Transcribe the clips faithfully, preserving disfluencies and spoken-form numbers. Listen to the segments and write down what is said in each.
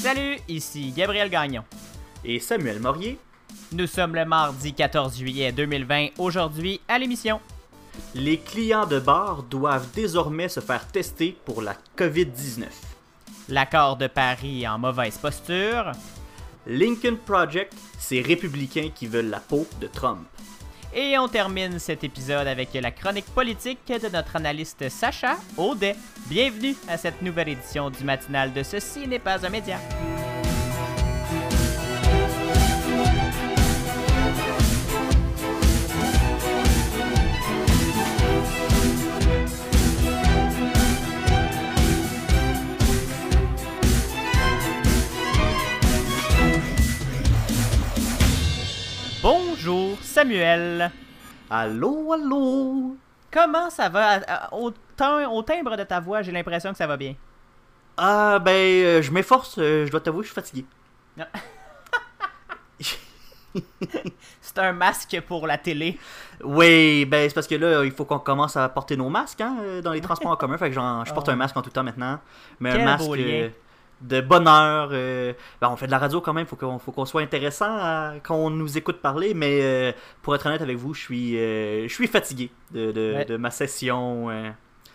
Salut, ici Gabriel Gagnon. Et Samuel Morier. Nous sommes le mardi quatorze juillet deux mille vingt, aujourd'hui à l'émission. Les clients de bar doivent désormais se faire tester pour la covid dix-neuf. L'accord de Paris en mauvaise posture. Lincoln Project, ces républicains qui veulent la peau de Trump. Et on termine cet épisode avec la chronique politique de notre analyste Sacha Audet. Bienvenue à cette nouvelle édition du matinal de Ceci n'est pas un média. Bonjour Samuel. Allô, allô. Comment ça va? Au, tim- au timbre de ta voix, j'ai l'impression que ça va bien. Ah, ben, euh, je m'efforce, euh, je dois t'avouer, je suis fatigué. Non. C'est un masque pour la télé. Oui, ben, c'est parce que là, il faut qu'on commence à porter nos masques hein, dans les transports en commun. Fait que genre, je porte Oh. un masque en tout temps maintenant. Mais Quel un masque beau lien. euh, de bonheur. Euh, ben, on fait de la radio quand même, faut qu'on, faut qu'on soit intéressant à- quand on nous écoute parler. Mais euh, pour être honnête avec vous, je suis, euh, je suis fatigué de, de, Ouais. de ma session. euh.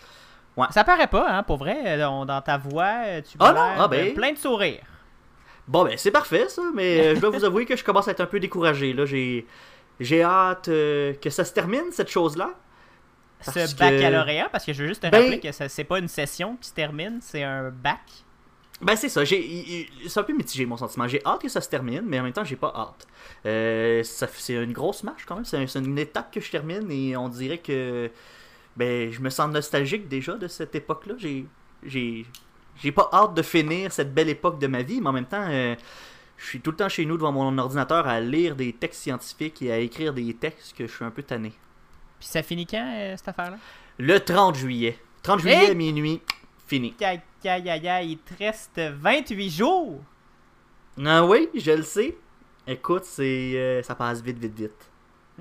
Ça paraît pas, hein, pour vrai. Dans dans ta voix, tu Ah as non, l'air ah de ben. plein de sourires. Bon, ben, c'est parfait ça, mais euh, je dois vous avouer que je commence à être un peu découragé. Là, j'ai, j'ai hâte euh, que ça se termine, cette chose-là. Ce Parce que- baccalauréat, parce que je veux juste te Ben- rappeler que ça, c'est pas une session qui se termine, c'est un bac. Ben c'est ça, j'ai, il- il- c'est un peu mitigé mon sentiment. J'ai hâte que ça se termine, mais en même temps j'ai pas hâte. Euh, ça, c'est une grosse marche quand même, c'est, un- c'est une étape que je termine et on dirait que ben je me sens nostalgique déjà de cette époque-là. J'ai, j'ai, j'ai pas hâte de finir cette belle époque de ma vie, mais en même temps euh, je suis tout le temps chez nous devant mon ordinateur à lire des textes scientifiques et à écrire des textes que je suis un peu tanné. Puis ça finit quand, euh, cette affaire-là? Le trente juillet. trente juillet Hey! à minuit, fini. Aïe, aïe, aïe, aïe, il te reste vingt-huit jours. Ah oui, je le sais. Écoute, c'est euh, ça passe vite, vite, vite.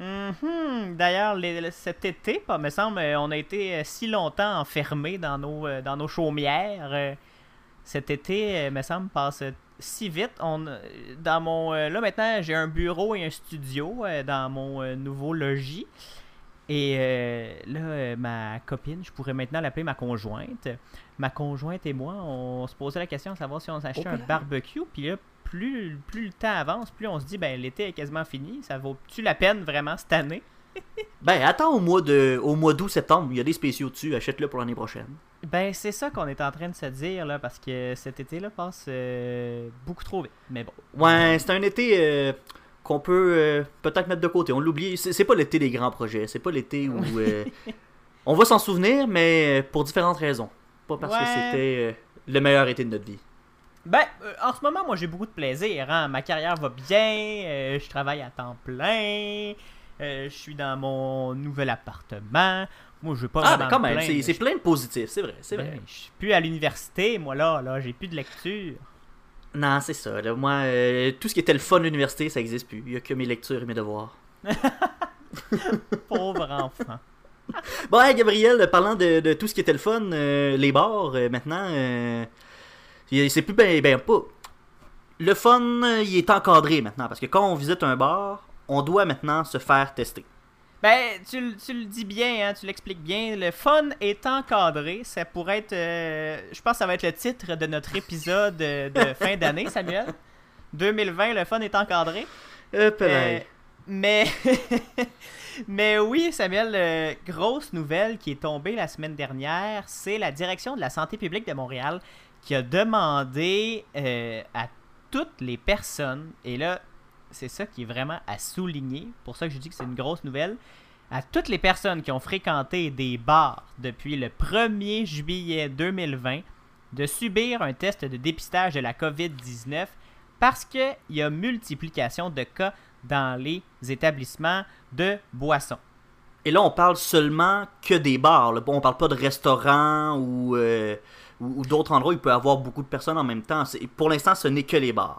Mhm. D'ailleurs, les- le- cet été, pas, me semble, euh, on a été euh, si longtemps enfermés dans nos, euh, dans nos chaumières. euh, cet été, euh, me semble, passe euh, si vite. On, euh, dans mon, euh, là, maintenant, j'ai un bureau et un studio euh, dans mon euh, nouveau logis. Et euh, là, euh, ma copine, je pourrais maintenant l'appeler ma conjointe. Ma conjointe et moi, on se posait la question de savoir si on s'achetait Oh, un ben. barbecue. Puis là, plus, plus le temps avance, plus on se dit, ben l'été est quasiment fini. Ça vaut-tu la peine vraiment cette année? Ben, attends au mois de au mois d'août-septembre, il y a des spéciaux dessus, achète-le pour l'année prochaine. Ben c'est ça qu'on est en train de se dire là, parce que cet été-là passe euh, beaucoup trop vite. Mais bon. Ouais, c'est un été euh, qu'on peut euh, peut-être mettre de côté. On l'oublie. C'est, c'est pas l'été des grands projets. C'est pas l'été où euh, on va s'en souvenir, mais pour différentes raisons. Pas parce Ouais. que c'était euh, le meilleur été de notre vie. Ben, euh, en ce moment, moi j'ai beaucoup de plaisir. Hein? Ma carrière va bien, euh, je travaille à temps plein, euh, je suis dans mon nouvel appartement. Moi je veux pas Ah, vraiment ben quand me même, plaindre. c'est, c'est Je- plein de positifs, c'est vrai, c'est ben, vrai. je suis plus à l'université, moi là, là, j'ai plus de lecture. Non, c'est ça. Là, moi, euh, tout ce qui était le fun de l'université, ça existe plus. Il y a que mes lectures et mes devoirs. Pauvre enfant. Bon, hey, Gabriel, parlant de, de tout ce qui était le fun, euh, les bars, euh, maintenant, euh, y- c'est plus ben, ben pas. Le fun, euh, il est encadré maintenant, parce que quand on visite un bar, on doit maintenant se faire tester. Ben, tu, le- tu le dis bien, hein, tu l'expliques bien. Le fun est encadré. Ça pourrait être. euh, je pense que ça va être le titre de notre épisode euh, de fin d'année, Samuel. deux mille vingt, le fun est encadré. Euh, Euh, mais. mais oui, Samuel, euh, grosse nouvelle qui est tombée la semaine dernière, c'est la direction de la santé publique de Montréal qui a demandé euh, à toutes les personnes, et là, c'est ça qui est vraiment à souligner, pour ça que je dis que c'est une grosse nouvelle, à toutes les personnes qui ont fréquenté des bars depuis le premier juillet deux mille vingt de subir un test de dépistage de la covid dix-neuf parce qu'il y a multiplication de cas dans les établissements de boissons. Et là, on parle seulement que des bars. Là. Bon, on parle pas de restaurants ou, euh, ou, ou d'autres endroits où il peut y avoir beaucoup de personnes en même temps. C'est, pour l'instant, ce n'est que les bars.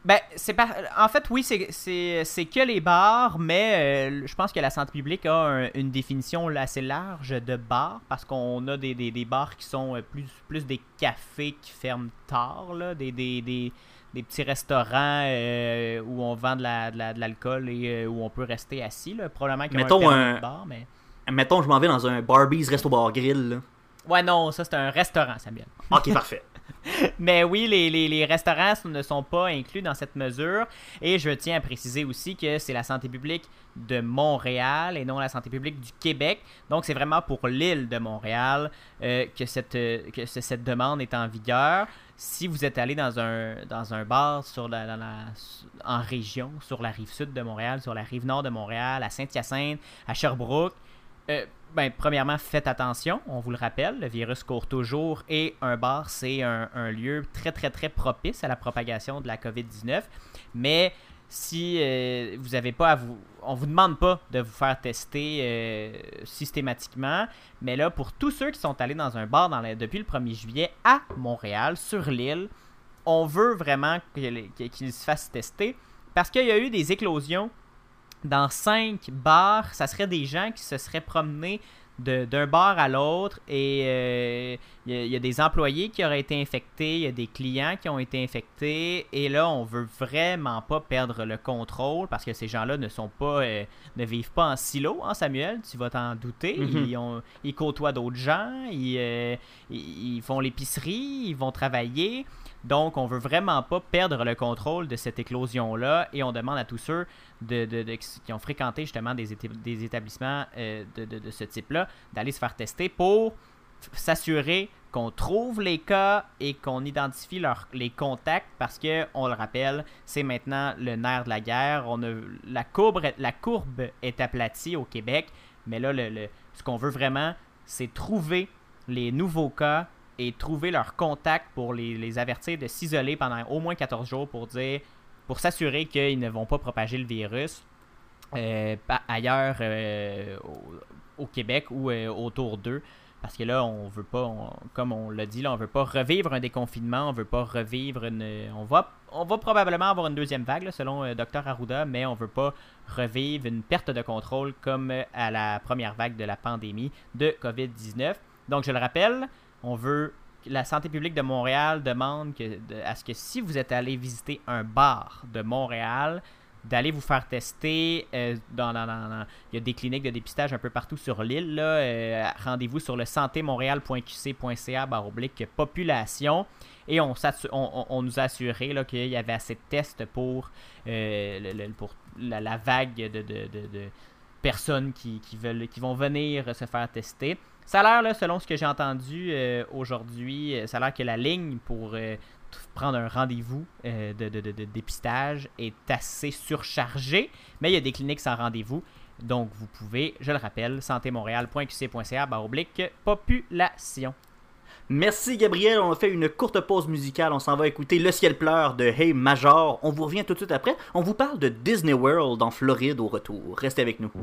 Ben, c'est par... en fait, oui, c'est, c'est, c'est que les bars, mais euh, je pense que la santé publique a un- une définition là, assez large de bar, parce qu'on a des, des, des bars qui sont euh, plus, plus des cafés qui ferment tard, là, des, des, des, des petits restaurants euh, où on vend de, la, de, la, de l'alcool et euh, où on peut rester assis. Là. Probablement qu'il y a Mettons un permis un- de bar, mais... Mettons, je m'en vais dans un Barbies Resto Bar Grill. Là. Ouais, non, ça, c'est un restaurant, Samuel. Ok, parfait. Mais oui, les, les, les restaurants ne sont pas inclus dans cette mesure. Et je tiens à préciser aussi que c'est la santé publique de Montréal et non la santé publique du Québec. Donc, c'est vraiment pour l'île de Montréal euh, que, cette, euh, que ce- cette demande est en vigueur. Si vous êtes allé dans un, dans un bar sur la, dans la- en région, sur la rive sud de Montréal, sur la rive nord de Montréal, à Saint-Hyacinthe, à Sherbrooke, euh, ben, premièrement, faites attention, on vous le rappelle, le virus court toujours et un bar, c'est un, un lieu très, très, très propice à la propagation de la covid dix-neuf. Mais si euh, vous n'avez pas à vous... On vous demande pas de vous faire tester euh, systématiquement, mais là, pour tous ceux qui sont allés dans un bar dans la- depuis le premier juillet à Montréal, sur l'île, on veut vraiment que les- que- qu'ils se fassent tester parce qu'il y a eu des éclosions dans cinq bars. Ça serait des gens qui se seraient promenés de- d'un bar à l'autre et euh, il y, a- il y a des employés qui auraient été infectés, il y a des clients qui ont été infectés et là on veut vraiment pas perdre le contrôle parce que ces gens-là ne sont pas euh, ne vivent pas en silo, hein, Samuel, tu vas t'en douter. Mhm. Ils, ont- ils côtoient d'autres gens, ils, euh, ils, ils font l'épicerie, ils vont travailler. Donc, on veut vraiment pas perdre le contrôle de cette éclosion-là et on demande à tous ceux de, de- de- qui ont fréquenté justement des, éta- des établissements euh, de, de- de ce type-là d'aller se faire tester pour f- s'assurer qu'on trouve les cas et qu'on identifie leurs- les contacts parce que, on le rappelle, c'est maintenant le nerf de la guerre. On a, la, courbe, la courbe est aplatie au Québec, mais là, le, le- ce qu'on veut vraiment, c'est trouver les nouveaux cas et trouver leurs contacts pour les, les avertir de s'isoler pendant au moins quatorze jours pour dire, pour s'assurer qu'ils ne vont pas propager le virus euh, pa- ailleurs euh, au, au Québec ou euh, autour d'eux. Parce que là, on veut pas, on- comme on l'a dit, là, on veut pas revivre un déconfinement, on veut pas revivre une... On va, on va probablement avoir une deuxième vague, là, selon euh, docteur Arruda, mais on veut pas revivre une perte de contrôle comme euh, à la première vague de la pandémie de covid dix-neuf. Donc, je le rappelle, on veut... La santé publique de Montréal demande que, de- à ce que si vous êtes allé visiter un bar de Montréal, d'aller vous faire tester. Euh, dans, dans- dans- dans- il y a des cliniques de dépistage un peu partout sur l'île. Là. Euh, rendez-vous sur le santé montréal point q c point c a baroblique population. Et on, s'assu- on, on- on nous a assuré là, qu'il y avait assez de tests pour, euh, le- le- pour la, la vague de, de- de- de personnes qui, qui, veulent, qui vont venir se faire tester. Ça a l'air, là, selon ce que j'ai entendu euh, aujourd'hui, euh, ça a l'air que la ligne pour euh, t- prendre un rendez-vous euh, de, de- de- de dépistage est assez surchargée, mais il y a des cliniques sans rendez-vous. Donc, vous pouvez, je le rappelle, santé montréal point q c point c a baroblique population. Merci Gabriel, on a fait une courte pause musicale, on s'en va écouter Le ciel pleure de Hey Major. On vous revient tout de suite après, on vous parle de Disney World en Floride au retour. Restez avec nous.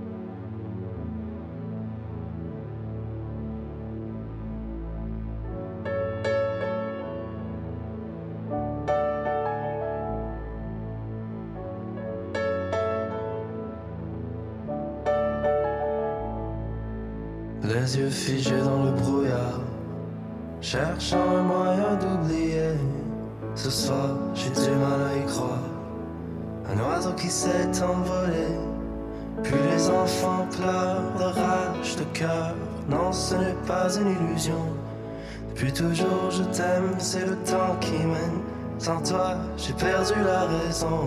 Les yeux figés dans le brouillard, cherchant un moyen d'oublier. Ce soir, j'ai du mal à y croire. Un oiseau qui s'est envolé. Puis les enfants pleurent de rage, de cœur. Non, ce n'est pas une illusion. Depuis toujours, je t'aime, c'est le temps qui mène. Sans toi, j'ai perdu la raison.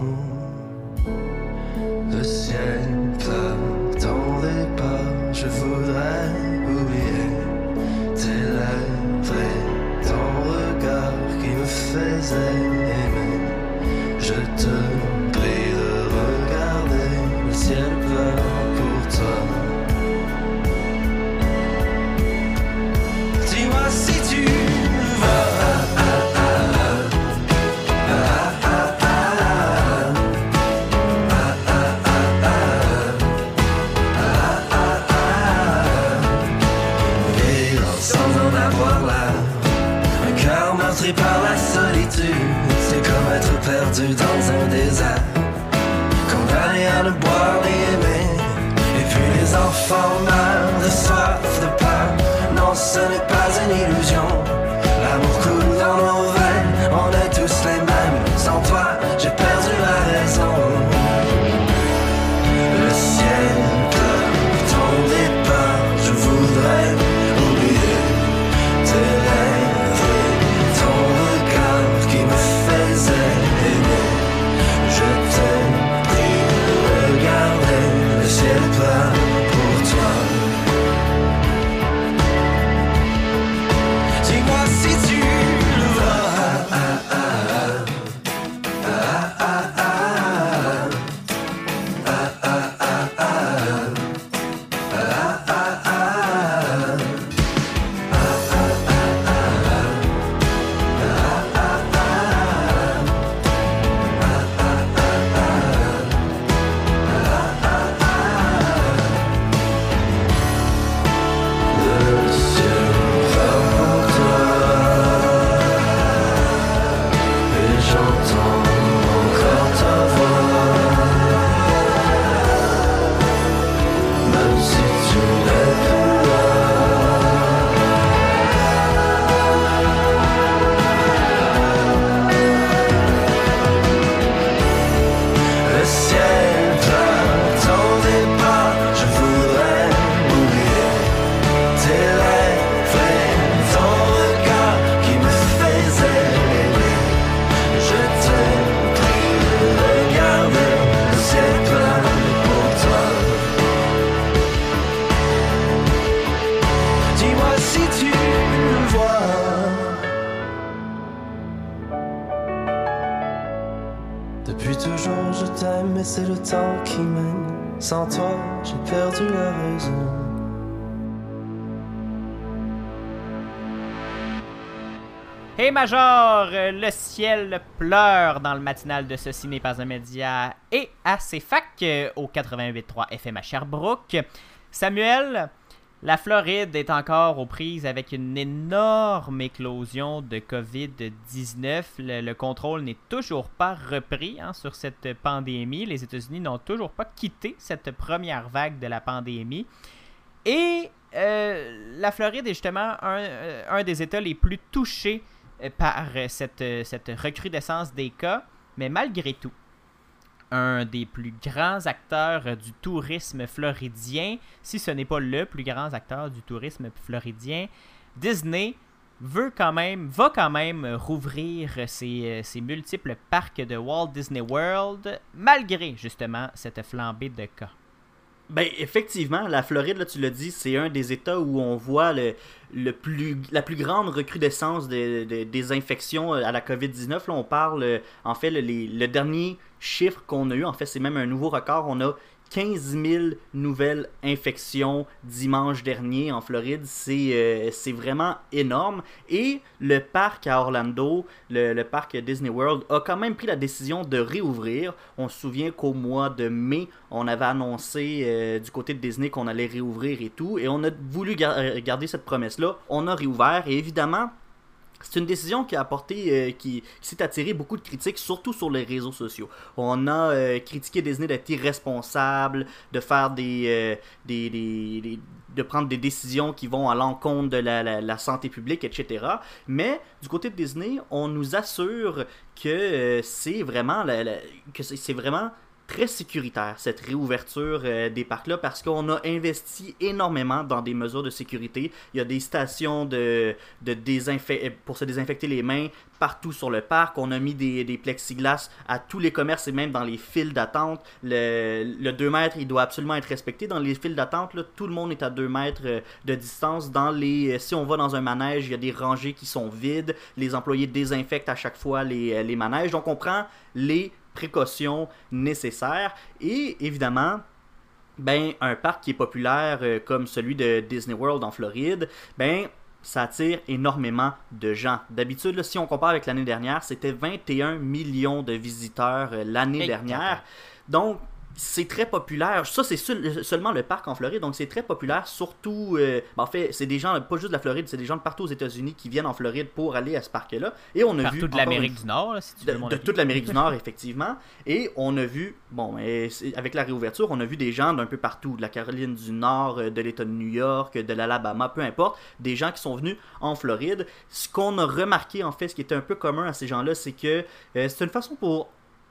Le ciel pleure ton départ, je voudrais oublier tes lèvres et ton regard qui me faisait aimer. Je te prie de regarder, le ciel pleure pour toi. Dis-moi si tu vas. Par la solitude, C'est comme être perdu dans un désert, condamné à ne boire ni aimer. Et puis les enfants meurent de soif, de peur. Non, ce n'est pas une illusion. L'amour coule dans nos veines, on est tous les mêmes. Sans toi, j'ai perdu la raison. Le ciel pleure ton départ, je voudrais oublier tes lèvres et ton regard qui me faisait aimer. Je t'ai pris de regarder le ciel pleure pour toi. Dis-moi si tu le vois. Ah, ah, ah, ah, ah, ah. Depuis toujours je t'aime, mais c'est le temps qui mène. Sans toi, j'ai perdu la raison. Hey Major, euh, le ciel pleure dans le matinal de Ceci n'est pas un média et à C F A C euh, au quatre-vingt-huit point trois F M à Sherbrooke. Samuel, la Floride est encore aux prises avec une énorme éclosion de covid dix-neuf. Le, le contrôle n'est toujours pas repris hein, sur cette pandémie. Les États-Unis n'ont toujours pas quitté cette première vague de la pandémie. Et euh, la Floride est justement un, euh, un des États les plus touchés euh, par cette, euh, cette recrudescence des cas. Mais malgré tout, un des plus grands acteurs du tourisme floridien, si ce n'est pas le plus grand acteur du tourisme floridien, Disney veut quand même, va quand même rouvrir ses, ses multiples parcs de Walt Disney World, malgré justement cette flambée de cas. Ben, effectivement, la Floride, là, tu l'as dit, c'est un des États où on voit le, le plus, la plus grande recrudescence de, de, des infections à la covid dix-neuf. Là, on parle, en fait, le, les, le dernier chiffre qu'on a eu, en fait, c'est même un nouveau record. On a quinze mille nouvelles infections dimanche dernier en Floride. C'est, euh, c'est vraiment énorme. Et le parc à Orlando, le, le parc Disney World, a quand même pris la décision de réouvrir. On se souvient qu'au mois de mai, on avait annoncé euh, du côté de Disney qu'on allait réouvrir et tout. Et on a voulu gar- garder cette promesse-là. On a réouvert et évidemment, c'est une décision qui a apporté, euh, qui, qui s'est attiré beaucoup de critiques, surtout sur les réseaux sociaux. On a euh, critiqué Disney d'être irresponsable, de faire des, euh, des, des, des, de prendre des décisions qui vont à l'encontre de la, la, la santé publique, et cetera. Mais du côté de Disney, on nous assure que euh, c'est vraiment, la, la, que c'est, c'est vraiment très sécuritaire, cette réouverture euh, des parcs-là, parce qu'on a investi énormément dans des mesures de sécurité. Il y a des stations de, de désinfe- pour se désinfecter les mains partout sur le parc. On a mis des, des plexiglas à tous les commerces et même dans les files d'attente. Le, le deux mètres, il doit absolument être respecté. Dans les files d'attente, là, tout le monde est à deux mètres de distance. Dans les, si on va dans un manège, il y a des rangées qui sont vides. Les employés désinfectent à chaque fois les, les manèges. Donc on prend les précautions nécessaires et évidemment ben un parc qui est populaire euh, comme celui de Disney World en Floride, ben ça attire énormément de gens. D'habitude, là, si on compare avec l'année dernière, c'était vingt et un millions de visiteurs euh, l'année et dernière. Donc c'est très populaire. Ça, c'est seul, seulement le parc en Floride, donc c'est très populaire. Surtout, euh, ben en fait, c'est des gens, pas juste de la Floride, c'est des gens de partout aux États-Unis qui viennent en Floride pour aller à ce parc-là. Et on a partout vu de l'Amérique une... du Nord, là, si tu de, veux mon de toute l'Amérique du Nord, effectivement. Et on a vu, bon, et avec la réouverture, on a vu des gens d'un peu partout, de la Caroline du Nord, de l'État de New York, de l'Alabama, peu importe, des gens qui sont venus en Floride. Ce qu'on a remarqué, en fait, ce qui était un peu commun à ces gens-là, c'est que euh, c'est une façon pour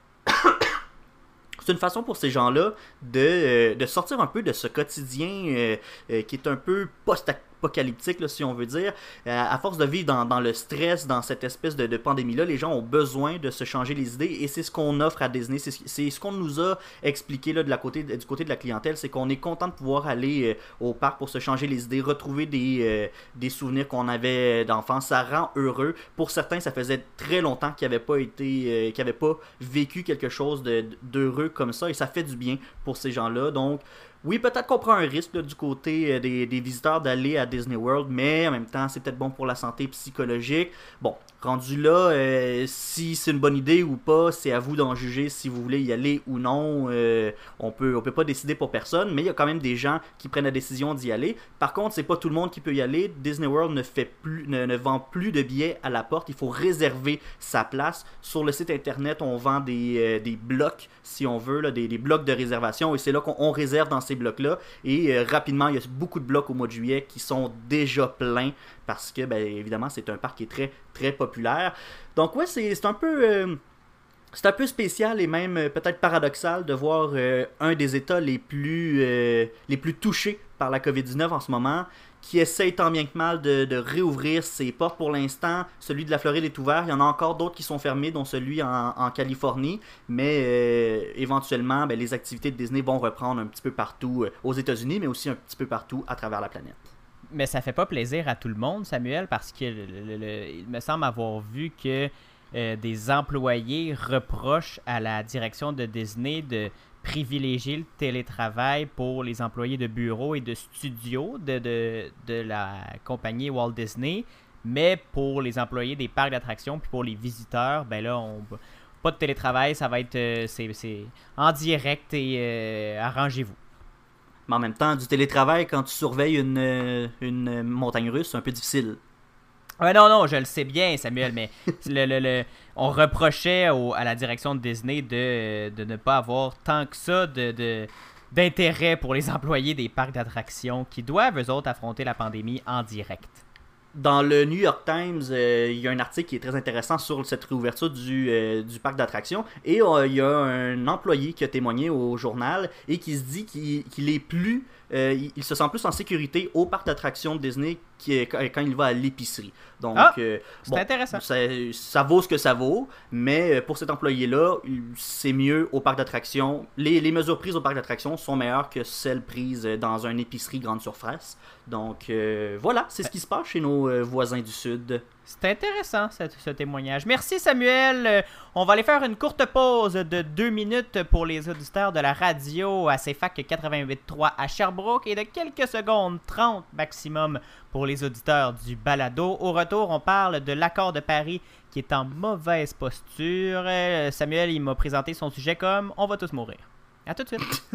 C'est une façon pour ces gens-là de, euh, de sortir un peu de ce quotidien euh, euh, qui est un peu post-apocalyptique, là, si on veut dire. Euh, à force de vivre dans, dans le stress, dans cette espèce de, de pandémie-là, les gens ont besoin de se changer les idées et c'est ce qu'on offre à Disney. C'est, c'est ce qu'on nous a expliqué là, de la côté, du côté de la clientèle, c'est qu'on est content de pouvoir aller euh, au parc pour se changer les idées, retrouver des, euh, des souvenirs qu'on avait d'enfance. Ça rend heureux. Pour certains, ça faisait très longtemps qu'ils n'avaient pas été, euh, qu'ils n'avaient pas vécu quelque chose de, d'heureux comme ça et ça fait du bien pour ces gens-là. Donc, oui, peut-être qu'on prend un risque là, du côté des, des visiteurs d'aller à Disney World, mais en même temps, c'est peut-être bon pour la santé psychologique. Bon, rendu là, euh, si c'est une bonne idée ou pas, c'est à vous d'en juger si vous voulez y aller ou non. Euh, on peut, on peut pas décider pour personne, mais il y a quand même des gens qui prennent la décision d'y aller. Par contre, c'est pas tout le monde qui peut y aller. Disney World ne fait plus, ne, ne vend plus de billets à la porte. Il faut réserver sa place. Sur le site internet, on vend des, euh, des blocs, si on veut, là, des, des blocs de réservation, et c'est là qu'on on réserve dans ces blocs-là. Et euh, rapidement, il y a beaucoup de blocs au mois de juillet qui sont déjà pleins parce que, ben, évidemment, c'est un parc qui est très, très populaire. Donc, ouais, c'est, c'est un peu... Euh, c'est un peu spécial et même euh, peut-être paradoxal de voir euh, un des États les plus, euh, les plus touchés par la covid dix-neuf en ce moment, qui essaye tant bien que mal de, de réouvrir ses portes. Pour l'instant, celui de la Floride est ouvert. Il y en a encore d'autres qui sont fermés, dont celui en, en Californie. Mais euh, éventuellement, ben, les activités de Disney vont reprendre un petit peu partout euh, aux États-Unis, mais aussi un petit peu partout à travers la planète. Mais ça fait pas plaisir à tout le monde, Samuel, parce que le, le, le, il me semble avoir vu que euh, des employés reprochent à la direction de Disney de privilégier le télétravail pour les employés de bureau et de studio de, de, de la compagnie Walt Disney, mais pour les employés des parcs d'attractions puis pour les visiteurs, ben là, on pas de télétravail, ça va être euh, c'est, c'est en direct et euh, arrangez-vous. Mais en même temps, du télétravail, quand tu surveilles une, une montagne russe, c'est un peu difficile. Ouais, non, non, je le sais bien, Samuel, mais le, le, le, on reprochait au, à la direction de Disney de, de ne pas avoir tant que ça de, de, d'intérêt pour les employés des parcs d'attractions qui doivent, eux autres, affronter la pandémie en direct. Dans le New York Times, euh, il y a un article qui est très intéressant sur cette réouverture du, euh, du parc d'attractions. Et euh, il y a un employé qui a témoigné au journal et qui se dit qu'il, qu'il est plus... Euh, il, il se sent plus en sécurité au parc d'attractions de Disney quand il va à l'épicerie. Donc, ah, euh, c'est bon, intéressant. Ça, ça vaut ce que ça vaut, mais pour cet employé-là, c'est mieux au parc d'attractions. Les, les mesures prises au parc d'attractions sont meilleures que celles prises dans une épicerie grande surface. Donc, euh, voilà, c'est ce qui se passe chez nos euh, voisins du Sud. C'est intéressant, ce, ce témoignage. Merci, Samuel. Euh, on va aller faire une courte pause de deux minutes pour les auditeurs de la radio à C F A C quatre-vingt-huit virgule trois à Sherbrooke et de quelques secondes, trente maximum, pour les auditeurs du balado. Au retour, on parle de l'accord de Paris qui est en mauvaise posture. Euh, Samuel, il m'a présenté son sujet comme « On va tous mourir ». À tout de suite.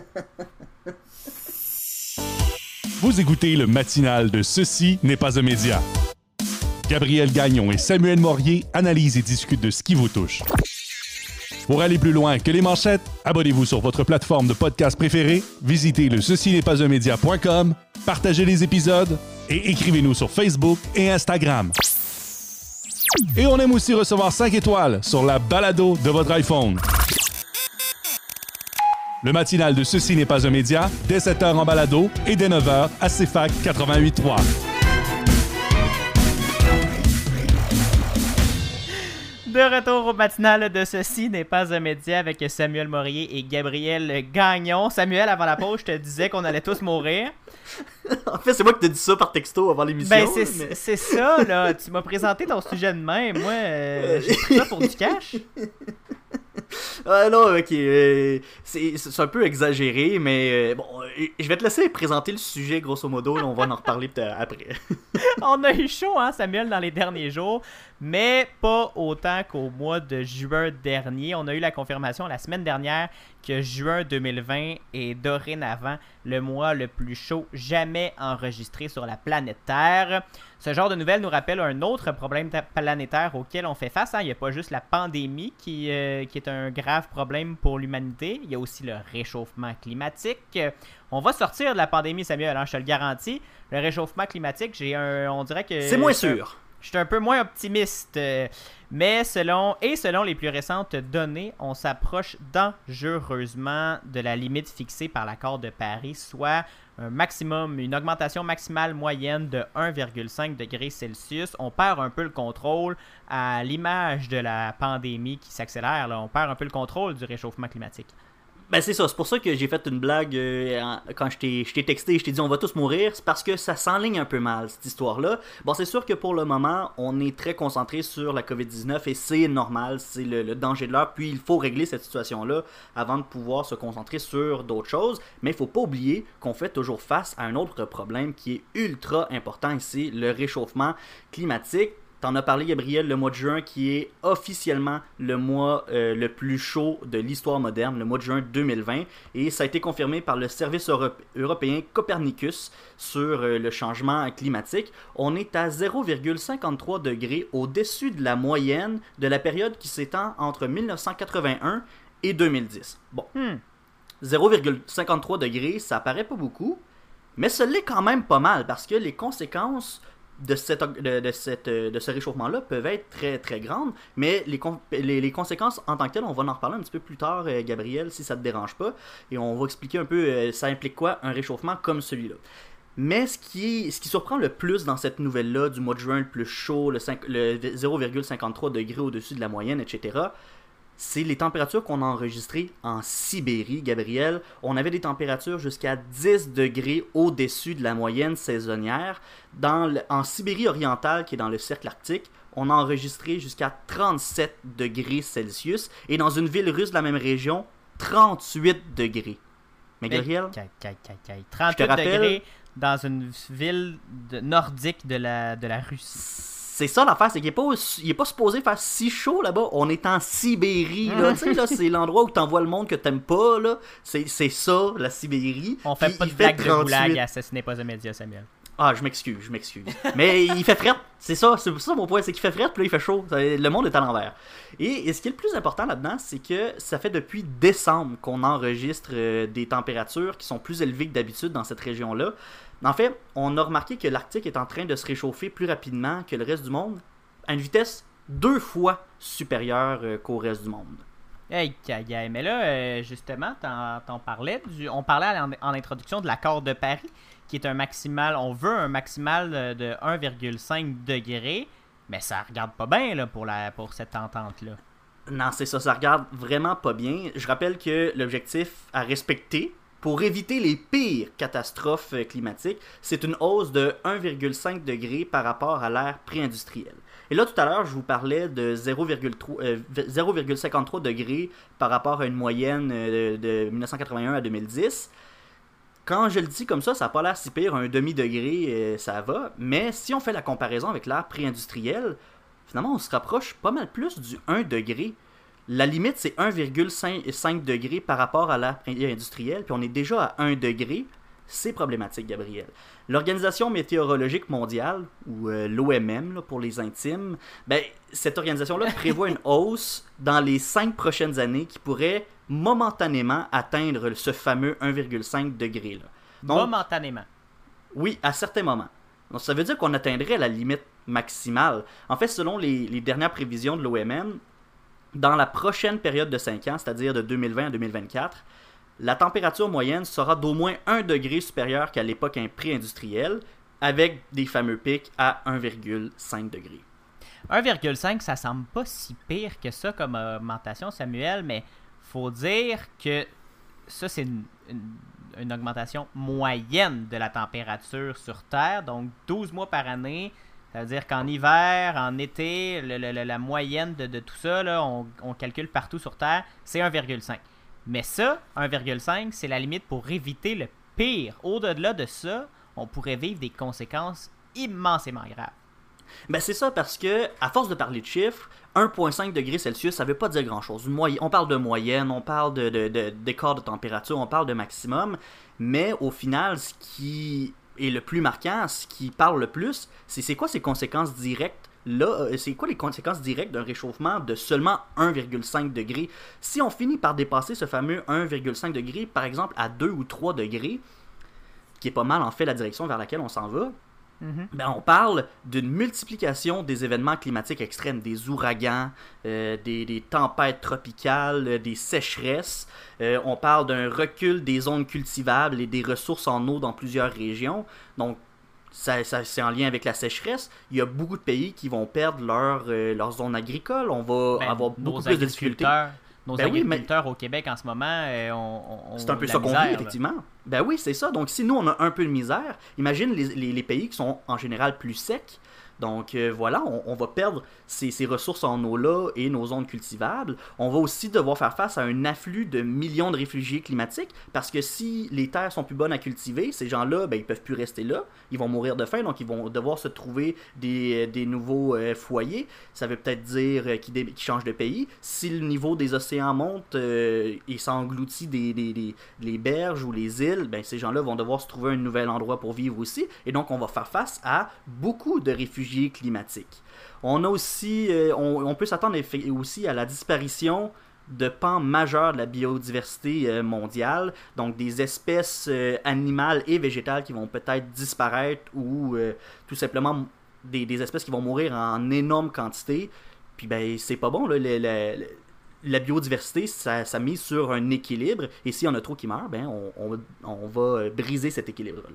Vous écoutez le matinal de Ceci n'est pas un média. Gabriel Gagnon et Samuel Morier analysent et discutent de ce qui vous touche. Pour aller plus loin que les manchettes, abonnez-vous sur votre plateforme de podcast préférée, visitez le ceci n'est pas un média point com, partagez les épisodes et écrivez-nous sur Facebook et Instagram. Et on aime aussi recevoir cinq étoiles sur la balado de votre iPhone. Le matinal de Ceci n'est pas un média, dès sept heures en balado et dès neuf heures à C F A C quatre-vingt-huit virgule trois. De retour au matinal de Ceci n'est pas un média avec Samuel Morier et Gabriel Gagnon. Samuel, avant la pause, je te disais qu'on allait tous mourir. En fait, c'est moi qui t'ai dit ça par texto avant l'émission. Ben, c'est, mais... c'est ça, là. Tu m'as présenté ton sujet de même. Moi, euh, j'ai pris ça pour du cash. Ah non, ok. Euh, c'est, c'est un peu exagéré, mais euh, bon, euh, je vais te laisser présenter le sujet, grosso modo. Là, on va en reparler peut-être après. On a eu chaud, hein, Samuel, dans les derniers jours. mais pas autant qu'au mois de juin dernier. On a eu la confirmation la semaine dernière que juin deux mille vingt est dorénavant le mois le plus chaud jamais enregistré sur la planète Terre. Ce genre de nouvelles nous rappelle un autre problème planétaire auquel on fait face. Hein. Il n'y a pas juste la pandémie qui, euh, qui est un grave problème pour l'humanité. Il y a aussi le réchauffement climatique. On va sortir de la pandémie, Samuel, hein, je te le garantis. Le réchauffement climatique, j'ai un, on dirait que... C'est moins sûr. Je suis un peu moins optimiste, euh, mais selon et selon les plus récentes données, on s'approche dangereusement de la limite fixée par l'accord de Paris, soit un maximum, une augmentation maximale moyenne de un virgule cinq degrés Celsius. On perd un peu le contrôle à l'image de la pandémie qui s'accélère. Là. On perd un peu le contrôle du réchauffement climatique. Ben c'est ça, c'est pour ça que j'ai fait une blague euh, en, quand je t'ai, je t'ai texté, je t'ai dit on va tous mourir, c'est parce que ça s'enligne un peu mal cette histoire-là. Bon, c'est sûr que pour le moment, on est très concentré sur la covid dix-neuf et c'est normal, c'est le, le danger de l'heure, puis il faut régler cette situation-là avant de pouvoir se concentrer sur d'autres choses, mais il faut pas oublier qu'on fait toujours face à un autre problème qui est ultra important ici, le réchauffement climatique. T'en as parlé, Gabriel, le mois de juin qui est officiellement le mois euh, le plus chaud de l'histoire moderne, le mois de juin deux mille vingt. Et ça a été confirmé par le service euro- européen Copernicus sur euh, le changement climatique. On est à zéro virgule cinquante-trois degrés au-dessus de la moyenne de la période qui s'étend entre dix-neuf cent quatre-vingt-un et deux mille dix. Bon, hmm. zéro virgule cinquante-trois degrés, ça paraît pas beaucoup, mais ce l'est quand même pas mal parce que les conséquences... De, cette, de, de, cette, de ce réchauffement-là peuvent être très très grandes, mais les, les, les conséquences en tant que telles, on va en reparler un petit peu plus tard, euh, Gabriel, si ça te dérange pas, et on va expliquer un peu euh, ça implique quoi un réchauffement comme celui-là. Mais ce qui, est, ce qui surprend le plus dans cette nouvelle-là, du mois de juin le plus chaud, le, le zéro virgule cinquante-trois degrés au-dessus de la moyenne, et cetera, c'est les températures qu'on a enregistrées en Sibérie, Gabriel. On avait des températures jusqu'à dix degrés au-dessus de la moyenne saisonnière. Dans le, en Sibérie orientale, qui est dans le cercle arctique, on a enregistré jusqu'à trente-sept degrés Celsius. Et dans une ville russe de la même région, trente-huit degrés. Mais Gabriel, trente-huit degrés dans une ville de, nordique de la, de la Russie. C'est ça l'affaire, c'est qu'il n'est pas, il est pas supposé faire si chaud là-bas. On est en Sibérie, là. Tu sais, là, c'est l'endroit où tu envoies le monde que t'aimes pas, là. C'est, c'est ça, la Sibérie. On fait Puis pas de blague de goulag à Assassinez pas un média, Samuel. Ah, je m'excuse, je m'excuse. Mais il fait fret, c'est ça, c'est ça mon point, c'est qu'il fait fret, puis là il fait chaud. Le monde est à l'envers. Et, et ce qui est le plus important là-dedans, c'est que ça fait depuis décembre qu'on enregistre euh, des températures qui sont plus élevées que d'habitude dans cette région-là. En fait, on a remarqué que l'Arctique est en train de se réchauffer plus rapidement que le reste du monde, à une vitesse deux fois supérieure euh, qu'au reste du monde. Hey, hey, mais là, euh, justement, t'en, t'en parlais du, on parlait en, en introduction de l'accord de Paris, qui est un maximal, on veut un maximal de un virgule cinq degrés, mais ça regarde pas bien là, pour, la, pour cette entente-là. Non, c'est ça, ça regarde vraiment pas bien. Je rappelle que l'objectif à respecter, pour éviter les pires catastrophes climatiques, c'est une hausse de un virgule cinq degrés par rapport à l'ère pré-industrielle. Et là, tout à l'heure, je vous parlais de zéro virgule cinquante-trois degrés par rapport à une moyenne de, de dix-neuf cent quatre-vingt-un à deux mille dix. Quand je le dis comme ça, ça n'a pas l'air si pire, un demi-degré, euh, ça va. Mais si on fait la comparaison avec l'ère pré-industrielle, finalement, on se rapproche pas mal plus du un degré. La limite, c'est un virgule cinq degrés par rapport à l'ère pré-industrielle, puis on est déjà à un degré. C'est problématique, Gabriel. L'Organisation météorologique mondiale, ou euh, l'O M M là, pour les intimes, ben, cette organisation-là prévoit une hausse dans les cinq prochaines années qui pourrait momentanément atteindre ce fameux un virgule cinq degrés. Là. Donc, momentanément. Oui, à certains moments. Donc, ça veut dire qu'on atteindrait la limite maximale. En fait, selon les, les dernières prévisions de l'O M M, dans la prochaine période de cinq ans, c'est-à-dire de deux mille vingt à deux mille vingt-quatre, la température moyenne sera d'au moins un degré supérieure qu'à l'époque pré-industrielle, avec des fameux pics à un virgule cinq degrés. un virgule cinq, ça semble pas si pire que ça comme augmentation, Samuel, mais faut dire que ça, c'est une, une, une augmentation moyenne de la température sur Terre, donc douze mois par année. C'est-à-dire qu'en hiver, en été, le, le, la moyenne de, de tout ça, là, on, on calcule partout sur Terre, c'est un virgule cinq. Mais ça, un virgule cinq, c'est la limite pour éviter le pire. Au-delà de ça, on pourrait vivre des conséquences immensément graves. Ben c'est ça, parce que à force de parler de chiffres, un virgule cinq degrés Celsius, ça veut pas dire grand-chose. Une moy- on parle de moyenne, on parle de, de, de, d'écart de température, on parle de maximum, mais au final, ce qui est le plus marquant, ce qui parle le plus, c'est c'est quoi ces conséquences directes là, euh, c'est quoi les conséquences directes d'un réchauffement de seulement un virgule cinq degrés? Si on finit par dépasser ce fameux un virgule cinq degrés, par exemple à deux ou trois degrés, qui est pas mal en fait la direction vers laquelle on s'en va, mm-hmm. ben, on parle d'une multiplication des événements climatiques extrêmes, des ouragans, euh, des, des tempêtes tropicales, euh, des sécheresses. Euh, on parle d'un recul des zones cultivables et des ressources en eau dans plusieurs régions. Donc, Ça, ça, c'est en lien avec la sécheresse. Il y a beaucoup de pays qui vont perdre leur, euh, leur zone agricole. On va ben, avoir beaucoup plus de difficultés. Nos ben agriculteurs oui, mais... au Québec en ce moment, euh, on, on c'est un peu ça qu'on vit, effectivement. Ben oui, c'est ça. Donc, si nous, on a un peu de misère, imagine les, les, les pays qui sont en général plus secs. Donc euh, voilà, on, on va perdre ces, ces ressources en eau-là et nos zones cultivables. On va aussi devoir faire face à un afflux de millions de réfugiés climatiques parce que si les terres sont plus bonnes à cultiver, ces gens-là, ben, ils peuvent plus rester là. Ils vont mourir de faim, donc ils vont devoir se trouver des, des nouveaux euh, foyers. Ça veut peut-être dire euh, qu'ils, qu'ils changent de pays. Si le niveau des océans monte euh, et s'engloutit des, des, des, les berges ou les îles, ben, ces gens-là vont devoir se trouver un nouvel endroit pour vivre aussi. Et donc, on va faire face à beaucoup de réfugiés climatiques. On a aussi, euh, on, on peut s'attendre aussi à la disparition de pans majeurs de la biodiversité euh, mondiale, donc des espèces euh, animales et végétales qui vont peut-être disparaître ou euh, tout simplement des, des espèces qui vont mourir en énorme quantité. Puis ben c'est pas bon là, le, le, le, la biodiversité, ça, ça mise sur un équilibre et s'il y en a trop qui meurent, ben on, on, on va briser cet équilibre-là.